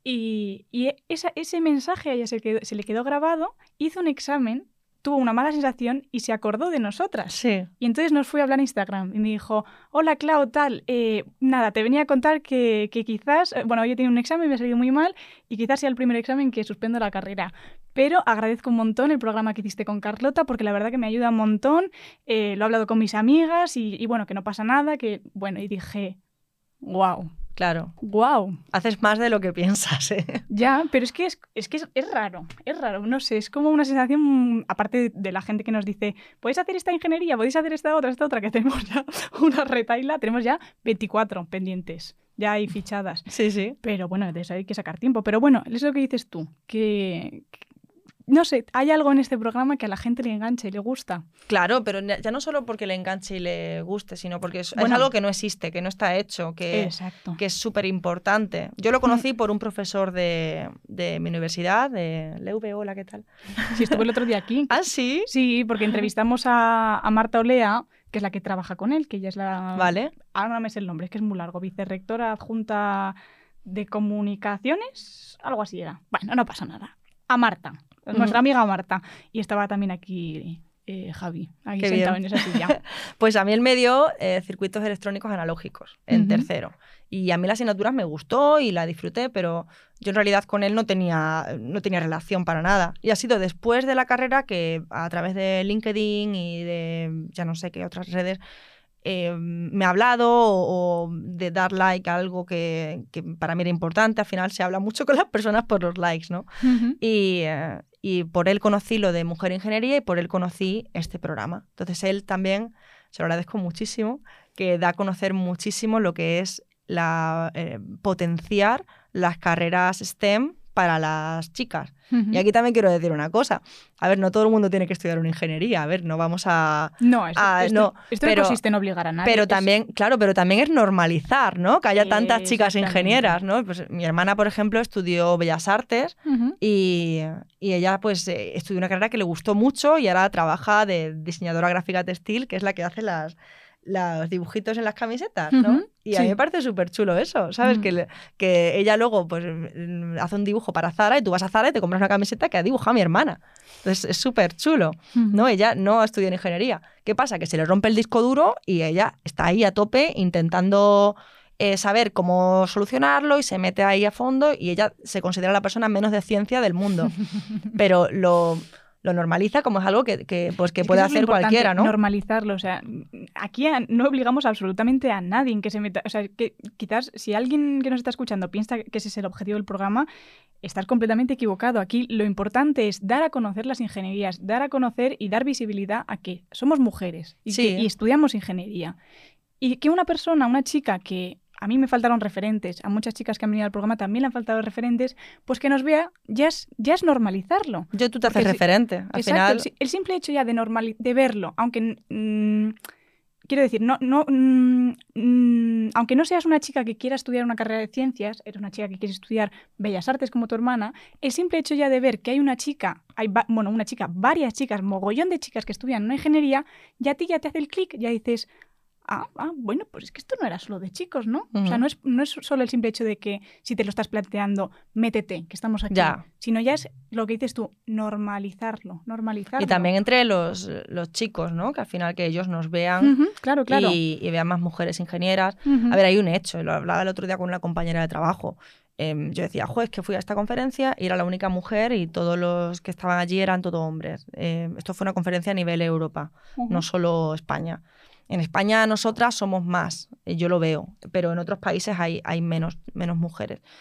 Y, y esa- ese mensaje a ella se, quedó- se le quedó grabado, hizo un examen, tuvo una mala sensación y se acordó de nosotras. Sí. Y entonces nos fui a hablar en Instagram y me dijo, hola Clau, tal, eh, nada, te venía a contar que, que quizás, eh, bueno, hoy he tenido un examen, me ha salido muy mal y quizás sea el primer examen que suspendo la carrera. Pero agradezco un montón el programa que hiciste con Carlota porque la verdad que me ayuda un montón, eh, lo he hablado con mis amigas y, y bueno, que no pasa nada, que bueno, y dije, wow, Claro. wow. Haces más de lo que piensas, ¿eh? Ya, pero es que es, es que es, es raro, es raro, no sé, es como una sensación, aparte de, de la gente que nos dice, podéis hacer esta ingeniería, podéis hacer esta otra, esta otra, que tenemos ya una retaila, tenemos ya veinticuatro pendientes, ya hay fichadas. Sí, sí. Pero bueno, de eso hay que sacar tiempo. Pero bueno, es lo que dices tú, que, que- no sé, hay algo en este programa que a la gente le engancha y le gusta. Claro, pero ya ya no solo porque le enganche y le guste, sino porque es, es Bueno. algo que no existe, que no está hecho, que, Exacto. que es súper importante. Yo lo conocí por un profesor de, de mi universidad, de la U V, hola, ¿qué tal? Sí, estuve el otro día aquí. ¿Ah, sí? Sí, porque entrevistamos a, a Marta Olea, que es la que trabaja con él, que ella es la... Vale. Ahora no me sé el nombre, es que es muy largo. Vicerrectora adjunta de comunicaciones, algo así era. Bueno, no pasa nada. A Marta, nuestra amiga Marta. Y estaba también aquí eh, Javi, aquí Qué sentado bien. en esa silla. Pues a mí él me dio eh, circuitos electrónicos analógicos en Ujú. tercero. Y a mí la asignatura me gustó y la disfruté, pero yo en realidad con él no tenía, no tenía relación para nada. Y ha sido después de la carrera que a través de LinkedIn y de ya no sé qué otras redes eh, me ha hablado o, o de dar like a algo que, que para mí era importante. Al final se habla mucho con las personas por los likes, ¿no? Ujú. Y, eh, y por él conocí lo de Mujer Ingeniería y por él conocí este programa. Entonces él también, se lo agradezco muchísimo, que da a conocer muchísimo lo que es la, eh, potenciar las carreras STEM para las chicas. Ujú. Y aquí también quiero decir una cosa. A ver, no todo el mundo tiene que estudiar una ingeniería. A ver, no vamos a... No, esto, Ah, esto- no, esto pero- no consiste en obligar a nadie. Pero es- también, claro, pero también es normalizar, ¿no? Que haya tantas chicas Exactamente. ingenieras, ¿no? Pues mi hermana, por ejemplo, estudió Bellas Artes Ujú. y, y ella pues eh, estudió una carrera que le gustó mucho y ahora trabaja de diseñadora gráfica textil, que es la que hace las, los dibujitos en las camisetas, ¿no? Ujú, Y a mí sí. me parece súper chulo eso, ¿sabes? Mm. Que, le- que ella luego pues mm, hace un dibujo para Zara y tú vas a Zara y te compras una camiseta que ha dibujado mi hermana. Entonces es súper chulo, ¿no? Ella no estudió en ingeniería. ¿Qué pasa? Que se le rompe el disco duro y ella está ahí a tope intentando eh, saber cómo solucionarlo y se mete ahí a fondo y ella se considera la persona menos de ciencia del mundo. Pero lo, lo normaliza como es algo que, que, pues, que Es puede eso es lo hacer importante, cualquiera, ¿no? Normalizarlo, o sea, aquí a- no obligamos absolutamente a nadie en que se meta, o sea, que quizás si alguien que nos está escuchando piensa que ese es el objetivo del programa, estás completamente equivocado. Aquí lo importante es dar a conocer las ingenierías, dar a conocer y dar visibilidad a que somos mujeres y, Sí. que, y estudiamos ingeniería. Y que una persona, una chica que a mí me faltaron referentes, a muchas chicas que han venido al programa también le han faltado referentes, pues que nos vea, ya es, ya es normalizarlo. Yo tú te haces Porque si- referente. Al Exacto, final, el, si- el simple hecho ya de, normali- de verlo, aunque... mm, quiero decir, no, no, mm, mm, aunque no seas una chica que quiera estudiar una carrera de ciencias, eres una chica que quiere estudiar bellas artes como tu hermana, el simple hecho ya de ver que hay una chica, hay va- bueno, una chica, varias chicas, mogollón de chicas que estudian una ingeniería, ya a ti ya te hace el clic, ya dices... Ah, ah, bueno, pues es que esto no era solo de chicos, ¿no? O sea, Ujú. no es, no es solo el simple hecho de que si te lo estás planteando, métete, que estamos aquí. Ya. Sino ya es lo que dices tú, normalizarlo, normalizarlo. y también entre los, los chicos, ¿no? Que al final que ellos nos vean Ujú, claro, claro. y, y vean más mujeres ingenieras. Ujú. A ver, hay un hecho, lo hablaba el otro día con una compañera de trabajo. Em, yo decía, jo, es que fui a esta conferencia y era la única mujer y todos los que estaban allí eran todos hombres. Em, esto fue una conferencia a nivel Europa, Ujú. no solo España. En España nosotras somos más, eh, yo lo veo, pero en otros países hay, hay menos, menos mujeres.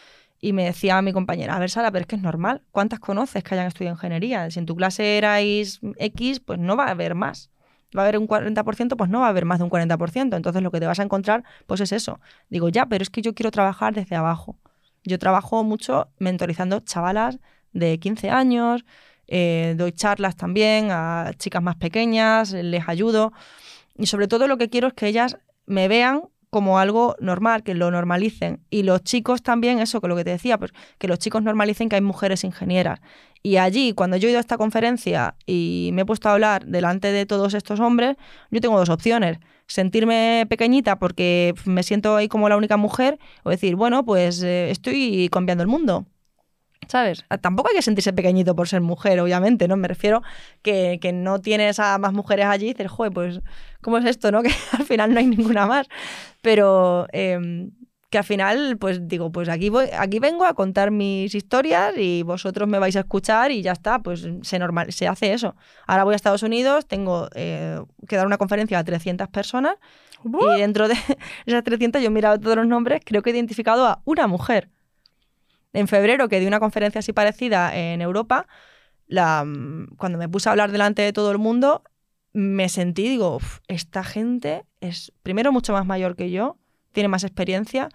Y me decía mi compañera, a ver, Sara, pero es que es normal. ¿Cuántas conoces que hayan estudiado ingeniería? Si en tu clase erais X, pues no va a haber más. Va a haber un cuarenta por ciento, pues no va a haber más de un cuarenta por ciento. Entonces lo que te vas a encontrar, pues es eso. Digo, ya, pero es que yo quiero trabajar desde abajo. Yo trabajo mucho mentorizando chavalas de quince años, eh, doy charlas también a chicas más pequeñas, les ayudo. Y sobre todo lo que quiero es que ellas me vean como algo normal, que lo normalicen. Y los chicos también, eso que lo que te decía, pues que los chicos normalicen que hay mujeres ingenieras. Y allí, cuando yo he ido a esta conferencia y me he puesto a hablar delante de todos estos hombres, yo tengo dos opciones. Sentirme pequeñita porque me siento ahí como la única mujer, o decir, bueno, pues eh, estoy cambiando el mundo. ¿Sabes? Tampoco hay que sentirse pequeñito por ser mujer, obviamente, ¿no? Me refiero que, que no tienes a más mujeres allí y dices, joder, pues, ¿cómo es esto, no? Que al final no hay ninguna más. Pero eh, que al final, pues digo, pues aquí, voy, aquí vengo a contar mis historias y vosotros me vais a escuchar y ya está, pues se, normal, se hace eso. Ahora voy a Estados Unidos, tengo eh, que dar una conferencia a trescientas personas ¿What? Y dentro de esas trescientas yo he mirado todos los nombres, creo que he identificado a una mujer. En febrero, que di una conferencia así parecida en Europa, la, cuando me puse a hablar delante de todo el mundo, me sentí, digo, esta gente es primero mucho más mayor que yo, tiene más experiencia,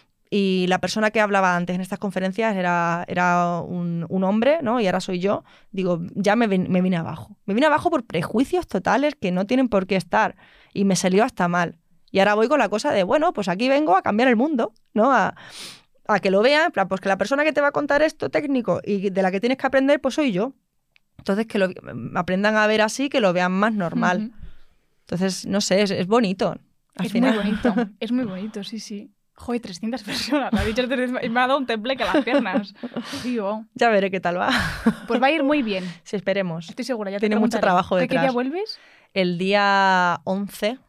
y la persona que hablaba antes en estas conferencias era, era un, un hombre, ¿no? Y ahora soy yo. Digo, ya me, me vine abajo. Me vine abajo por prejuicios totales que no tienen por qué estar, y me salió hasta mal. Y ahora voy con la cosa de, bueno, pues aquí vengo a cambiar el mundo, ¿no? A... a que lo vean, pues que la persona que te va a contar esto técnico y de la que tienes que aprender, pues soy yo. Entonces, que lo aprendan a ver así, que lo vean más normal. Uh-huh. Entonces, no sé, es, es bonito. Al es final. muy bonito, es muy bonito, sí, sí. Joder, trescientas personas, me ha dicho, me ha dado un temple que las piernas. Digo. Ya veré qué tal va. Pues va a ir muy bien. Sí, esperemos. Estoy segura, ya te Tiene mucho trabajo detrás. ¿Qué día vuelves? El día once.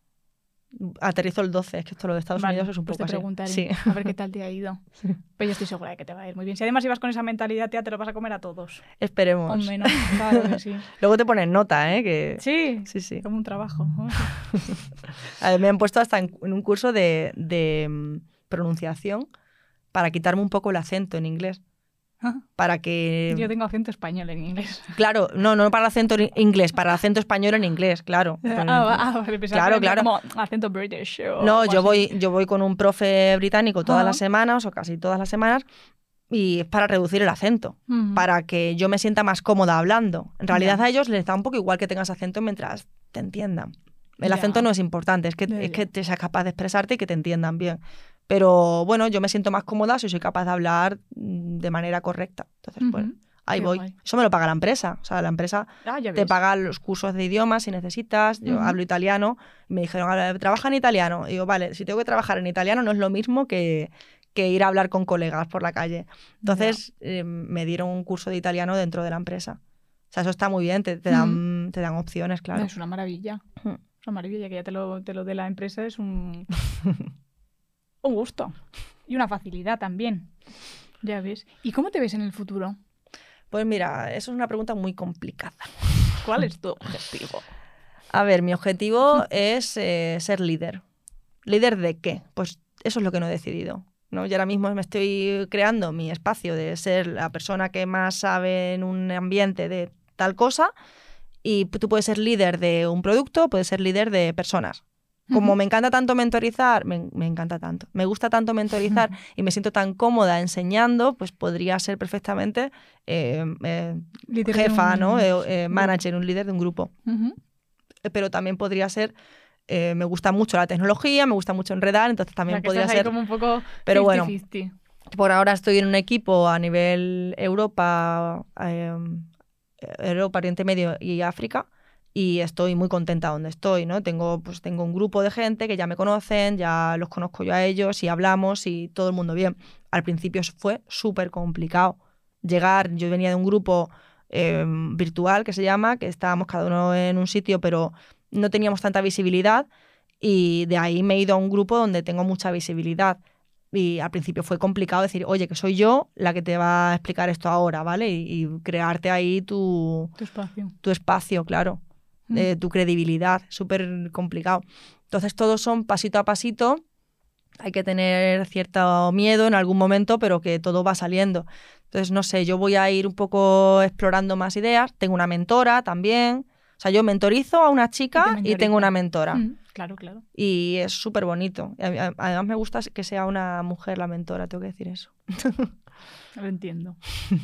Aterrizo el doce, es que esto lo de Estados vale, Unidos es un pues poco te preguntaré, así. Sí. A ver qué tal te ha ido. Sí. Pero yo estoy segura de que te va a ir muy bien. Si además ibas con esa mentalidad, tía, te lo vas a comer a todos. Esperemos. O menos, claro que sí. Luego te ponen nota, ¿eh? Que... Sí, sí, sí. Como un trabajo. A ver, me han puesto hasta en, en un curso de, de um, pronunciación para quitarme un poco el acento en inglés. Para que... Yo tengo acento español en inglés. Claro, no, no para el acento inglés, para el acento español en inglés, claro. Ah, ah, vale, claro, claro. Como acento british. O no, yo así. voy, yo voy con un profe británico todas ah. las semanas, o casi todas las semanas, y es para reducir el acento, uh-huh. para que yo me sienta más cómoda hablando. En realidad yeah. a ellos les da un poco igual que tengas acento mientras te entiendan. El yeah. acento no es importante, es que, yeah. es que te seas capaz de expresarte y que te entiendan bien. Pero bueno, yo me siento más cómoda si soy capaz de hablar de manera correcta. Entonces, uh-huh. bueno, ahí Qué voy. Guay. Eso me lo paga la empresa. O sea, la empresa ah, te paga los cursos de idiomas si necesitas. Yo uh-huh. hablo italiano. Y me dijeron, trabaja en italiano. Y digo, vale, si tengo que trabajar en italiano no es lo mismo que, que ir a hablar con colegas por la calle. Entonces, yeah. eh, me dieron un curso de italiano dentro de la empresa. O sea, eso está muy bien. Te, te, dan, uh-huh. te dan opciones, claro. Es una maravilla. Uh-huh. Es una maravilla que ya te lo, te lo dé la empresa. Es un... Un gusto. Y una facilidad también. Ya ves. ¿Y cómo te ves en el futuro? Pues mira, eso es una pregunta muy complicada. ¿Cuál es tu objetivo? A ver, mi objetivo es eh, ser líder. ¿Líder de qué? Pues eso es lo que no he decidido, ¿no? Yo ahora mismo me estoy creando mi espacio de ser la persona que más sabe en un ambiente de tal cosa, y tú puedes ser líder de un producto, puedes ser líder de personas. Como uh-huh. me encanta tanto mentorizar, me, me encanta tanto, me gusta tanto mentorizar uh-huh. y me siento tan cómoda enseñando, pues podría ser perfectamente eh, eh, jefa, un... ¿no? Eh, eh, manager, un líder de un grupo. Uh-huh. Pero también podría ser, eh, me gusta mucho la tecnología, me gusta mucho enredar, entonces también o sea, que podría estás ser... Ahí como un poco pero cincuenta bueno, cincuenta. Por ahora estoy en un equipo a nivel Europa, eh, Europa, Oriente Medio y África. Y estoy muy contenta donde estoy, ¿no? Tengo, pues, tengo un grupo de gente que ya me conocen, ya los conozco yo a ellos y hablamos y todo el mundo bien. Al principio fue súper complicado llegar. Yo venía de un grupo eh, virtual que se llama, que estábamos cada uno en un sitio, pero no teníamos tanta visibilidad, y de ahí me he ido a un grupo donde tengo mucha visibilidad. Y al principio fue complicado decir, oye, que soy yo la que te va a explicar esto ahora, ¿vale? Y, y crearte ahí tu, tu espacio. Tu espacio, claro. Eh, tu credibilidad, súper complicado. Entonces todos son pasito a pasito, hay que tener cierto miedo en algún momento, pero que todo va saliendo. Entonces, no sé, yo voy a ir un poco explorando más ideas. Tengo una mentora también. O sea, yo mentorizo a una chica y, y tengo una mentora. Mm, claro, claro. Y es súper bonito. Además me gusta que sea una mujer la mentora, tengo que decir eso. Lo entiendo.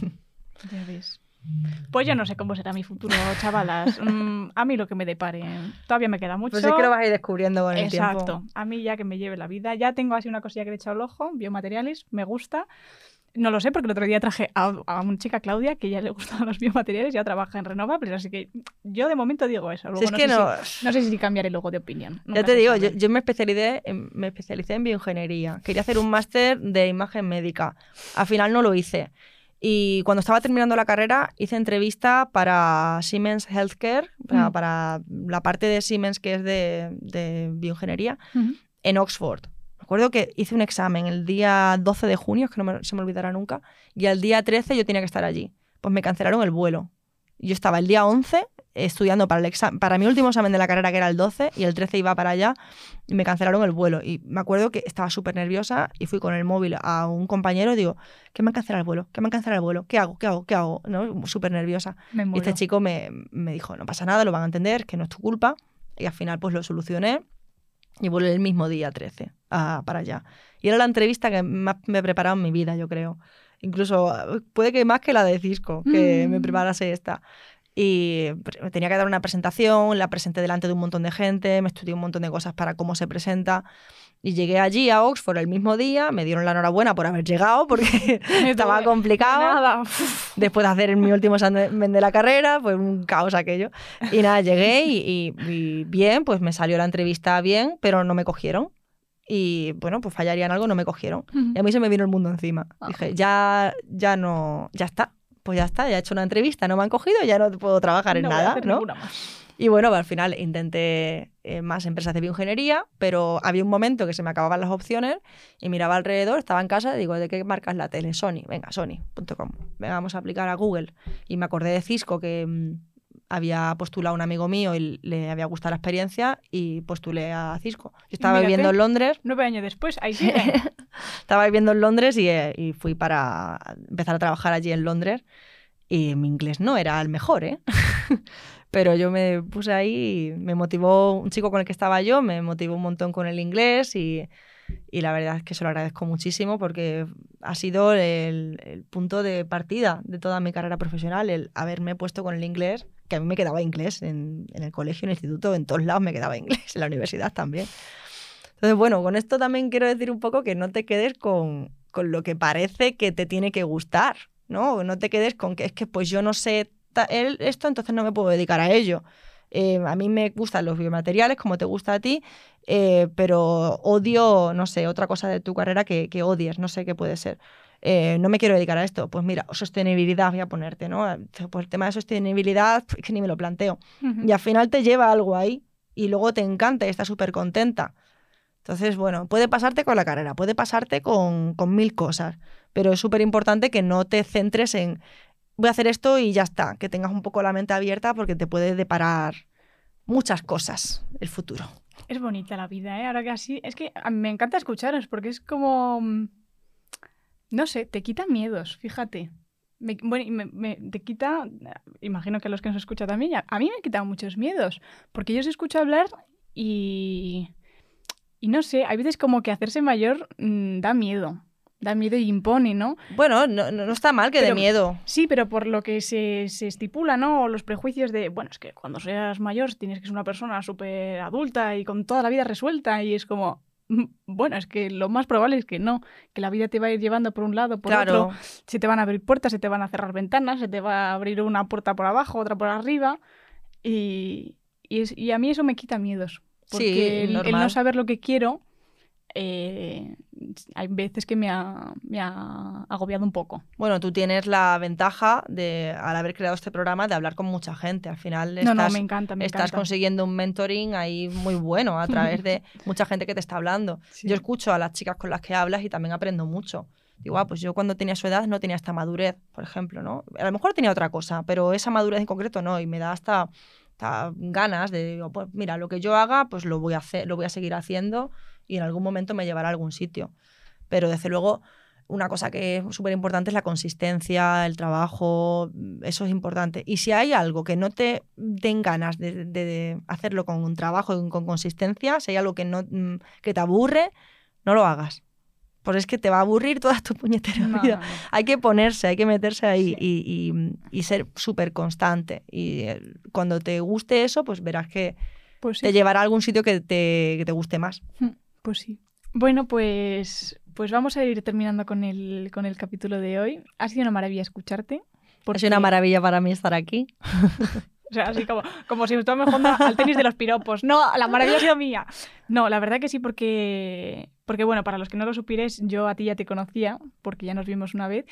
Ya ves. Pues yo no sé cómo será mi futuro, chavalas. Mm, a mí lo que me depare. Todavía me queda mucho. Pues sí que lo vas a ir descubriendo con el Exacto. tiempo. A mí ya que me lleve la vida. Ya tengo así una cosilla que le he echado el ojo, biomateriales, me gusta. No lo sé, porque el otro día traje a, a una chica, Claudia, que ya le gustan los biomateriales, ya trabaja en renovables, así que yo de momento digo eso. Luego Si es no, que sé no... Si, no sé si cambiaré luego de opinión. Ya te digo, yo, yo me, especialicé en, me especialicé en bioingeniería. Quería hacer un máster de imagen médica. Al final no lo hice. Y cuando estaba terminando la carrera, hice entrevista para Siemens Healthcare, para, mm. para la parte de Siemens que es de, de bioingeniería, uh-huh. en Oxford. Me acuerdo que hice un examen el día doce de junio, es que no me, se me olvidará nunca, y al día trece yo tenía que estar allí. Pues me cancelaron el vuelo. Yo estaba el día once estudiando para, el exam- para mi último examen de la carrera, que era el doce, y el trece iba para allá, y me cancelaron el vuelo. Y me acuerdo que estaba súper nerviosa y fui con el móvil a un compañero y digo, ¿qué me han cancelado el vuelo? ¿Qué me han cancelado el vuelo? ¿Qué hago? ¿Qué hago? ¿Qué hago? ¿No? Súper nerviosa. Y este chico me, me dijo, no pasa nada, lo van a entender, que no es tu culpa. Y al final pues lo solucioné y volé el mismo día trece a, para allá. Y era la entrevista que más me he preparado en mi vida, yo creo. Incluso puede que más que la de Cisco, que mm. me preparase esta. Y tenía que dar una presentación, la presenté delante de un montón de gente, me estudié un montón de cosas para cómo se presenta. Y llegué allí a Oxford el mismo día, me dieron la enhorabuena por haber llegado porque estaba complicado. Nada. Después de hacer mi último examen de la carrera, fue un caos aquello. Y nada, llegué y, y, y bien, pues me salió la entrevista bien, pero no me cogieron. Y bueno, pues fallarían algo, no me cogieron. Uh-huh. Y a mí se me vino el mundo encima. Uh-huh. Dije, ya, ya no, ya está. Pues ya está, ya he hecho una entrevista, no me han cogido, ya no puedo trabajar en no nada, voy a hacer ¿no? ninguna más. Y bueno, al final intenté eh, más empresas de bioingeniería, pero había un momento que se me acababan las opciones y miraba alrededor, estaba en casa y digo, ¿de qué marca es la tele? Sony, venga, sony punto com. Venga, vamos a aplicar a Google. Y me acordé de Cisco, que mmm, había postulado un amigo mío y le había gustado la experiencia y postulé a Cisco. Yo estaba Mírate, viviendo en Londres. Nueve años después, ahí sigue. Estaba viviendo en Londres y, eh, y fui para empezar a trabajar allí en Londres. Y mi inglés no era el mejor, ¿eh? Pero yo me puse ahí, me motivó un chico con el que estaba yo, me motivó un montón con el inglés y, y la verdad es que se lo agradezco muchísimo porque ha sido el, el punto de partida de toda mi carrera profesional, el haberme puesto con el inglés, que a mí me quedaba inglés en, en el colegio, en el instituto, en todos lados me quedaba inglés, en la universidad también. Entonces, bueno, con esto también quiero decir un poco que no te quedes con, con lo que parece que te tiene que gustar. No, no te quedes con que es que pues yo no sé ta- el, esto, entonces no me puedo dedicar a ello. Eh, a mí me gustan los biomateriales, como te gusta a ti, eh, pero odio, no sé, otra cosa de tu carrera que, que odies, no sé qué puede ser. Eh, no me quiero dedicar a esto. Pues mira, sostenibilidad voy a ponerte, ¿no? Pues el tema de sostenibilidad es que ni me lo planteo. Uh-huh. Y al final te lleva algo ahí y luego te encanta y estás súper contenta. Entonces, bueno, puede pasarte con la carrera, puede pasarte con, con mil cosas, pero es súper importante que no te centres en voy a hacer esto y ya está, que tengas un poco la mente abierta porque te puede deparar muchas cosas el futuro. Es bonita la vida, ¿eh? Ahora que así, es que a mí me encanta escucharos porque es como, no sé, te quita miedos, fíjate. Me, bueno, me, me, te quita, imagino que a los que nos escuchan también, a mí me quitan muchos miedos, porque yo os escucho hablar y... Y no sé, hay veces como que hacerse mayor mmm, da miedo. Da miedo y impone, ¿no? Bueno, no, no está mal que pero, dé miedo. Sí, pero por lo que se, se estipula, ¿no? O los prejuicios de, bueno, es que cuando seas mayor tienes que ser una persona súper adulta y con toda la vida resuelta. Y es como, bueno, es que lo más probable es que no. Que la vida te va a ir llevando por un lado, por claro. otro. Se te van a abrir puertas, se te van a cerrar ventanas, se te va a abrir una puerta por abajo, otra por arriba. Y, y, es, y a mí eso me quita miedos. Porque sí, el, el no saber lo que quiero, eh, hay veces que me ha, me ha agobiado un poco. Bueno, tú tienes la ventaja de, al haber creado este programa, de hablar con mucha gente. Al final no, estás, no, me encanta, me estás encanta. consiguiendo un mentoring ahí muy bueno a través de mucha gente que te está hablando. Sí. Yo escucho a las chicas con las que hablas y también aprendo mucho. Digo, ah, pues yo cuando tenía su edad no tenía esta madurez, por ejemplo, ¿no? A lo mejor tenía otra cosa, pero esa madurez en concreto no, y me da hasta... ganas de, pues mira, lo que yo haga, pues lo voy a hacer, lo voy a seguir haciendo y en algún momento me llevará a algún sitio. Pero desde luego, una cosa que es súper importante es la consistencia, el trabajo, eso es importante. Y si hay algo que no te den ganas de, de, de hacerlo con un trabajo y con consistencia, si hay algo que, no, que te aburre, no lo hagas. Pues es que te va a aburrir toda tu puñetera No, vida. no, no. Hay que ponerse, hay que meterse ahí Sí. y, y, y ser súper constante. Y eh, cuando te guste eso, pues verás que Pues sí. te llevará a algún sitio que te, que te guste más. Pues sí. Bueno, pues, pues vamos a ir terminando con el, con el capítulo de hoy. Ha sido una maravilla escucharte. Es una maravilla para mí estar aquí. O sea, así como, como si estuviéramos jugando al tenis de los piropos. No, la maravilla ha sido mía. No, la verdad que sí, porque, porque bueno, para los que no lo supierais, yo a ti ya te conocía, porque ya nos vimos una vez,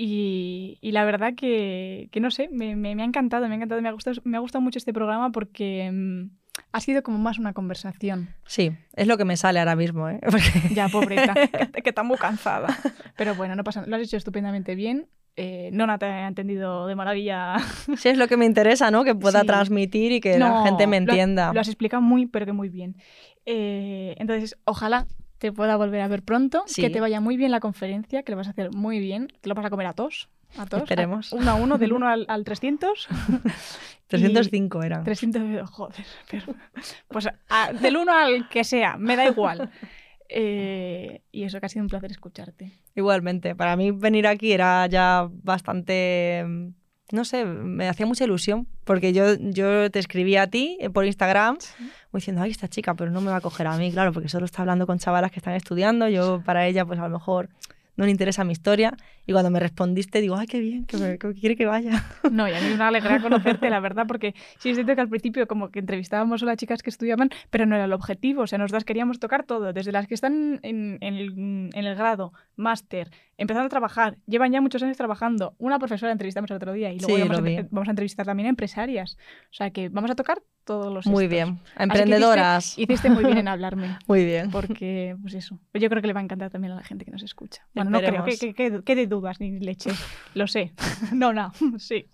y, y la verdad que, que no sé, me, me, me ha encantado, me ha encantado, me ha gustado, me ha gustado mucho este programa porque mmm, ha sido como más una conversación. Sí, es lo que me sale ahora mismo, ¿eh? Porque... Ya, pobreta, que, que está muy cansada. Pero bueno, no pasa nada, lo has hecho estupendamente bien. Eh, Nona te ha entendido de maravilla. Sí, es lo que me interesa, ¿no? Que pueda Sí. transmitir y que No, la gente me lo- entienda. Lo, has explicado muy, pero que muy bien. Eh, entonces, ojalá te pueda volver a ver pronto, Sí. que te vaya muy bien la conferencia, que lo vas a hacer muy bien, que lo vas a comer a tos. A tos Esperemos. A, uno a uno, del uno al, al trescientos. trescientos Y- cinco eran. trescientos, joder. Pero, pues a- del uno al que sea, me da igual. Eh, y eso, que ha sido un placer escucharte. Igualmente, para mí venir aquí era ya bastante, mm, no sé, me hacía mucha ilusión, porque yo, yo te escribí a ti eh, por Instagram como diciendo, ay, esta chica, pero no me va a coger a mí, claro, porque solo está hablando con chavalas que están estudiando, yo para ella pues a lo mejor no le interesa mi historia, y cuando me respondiste digo, ay, qué bien, que, me, que quiere que vaya. No, y a mí me alegra conocerte, la verdad, porque sí es cierto que al principio como que entrevistábamos solo a chicas que estudiaban, pero no era el objetivo, o sea, nosotras queríamos tocar todo, desde las que están en, en el, en el grado, máster, empezando a trabajar, llevan ya muchos años trabajando, una profesora entrevistamos el otro día y luego Sí, vamos, lo a, vi. entre- vamos a entrevistar también a empresarias, o sea que vamos a tocar todos los Muy estos. bien, Así que emprendedoras. Hiciste, hiciste muy bien en hablarme. Muy bien. Porque, pues eso, yo creo que le va a encantar también a la gente que nos escucha. Bueno, no creo, Esperemos. que, que, que, que de dudas ni leche, lo sé. No, no, sí.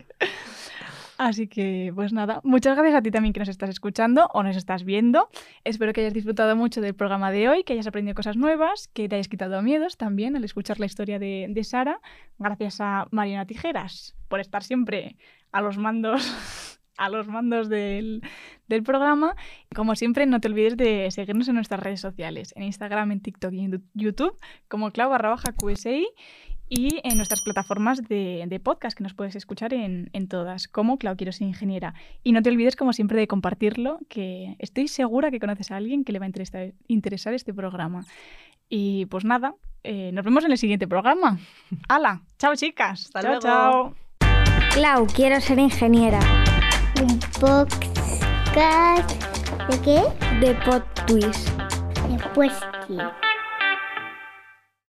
Así que, pues nada, muchas gracias a ti también que nos estás escuchando o nos estás viendo. Espero que hayas disfrutado mucho del programa de hoy, que hayas aprendido cosas nuevas, que te hayas quitado miedos también al escuchar la historia de, de Sara. Gracias a Mariana Tijeras por estar siempre a los mandos a los mandos del, del programa. Como siempre, no te olvides de seguirnos en nuestras redes sociales, en Instagram, en TikTok y en YouTube, como clau barra baja Q S I, y en nuestras plataformas de, de podcast, que nos puedes escuchar en, en todas, como Clau Quiero Ser Ingeniera. Y no te olvides, como siempre, de compartirlo, que estoy segura que conoces a alguien que le va a interesar, interesar este programa. Y pues nada, eh, nos vemos en el siguiente programa. ¡Hala! ¡Chao, chicas! Hasta ¡Chao, luego. chao! Clau, quiero ser ingeniera. Un podcast. ¿De qué? De Pod Twist. De Puesti.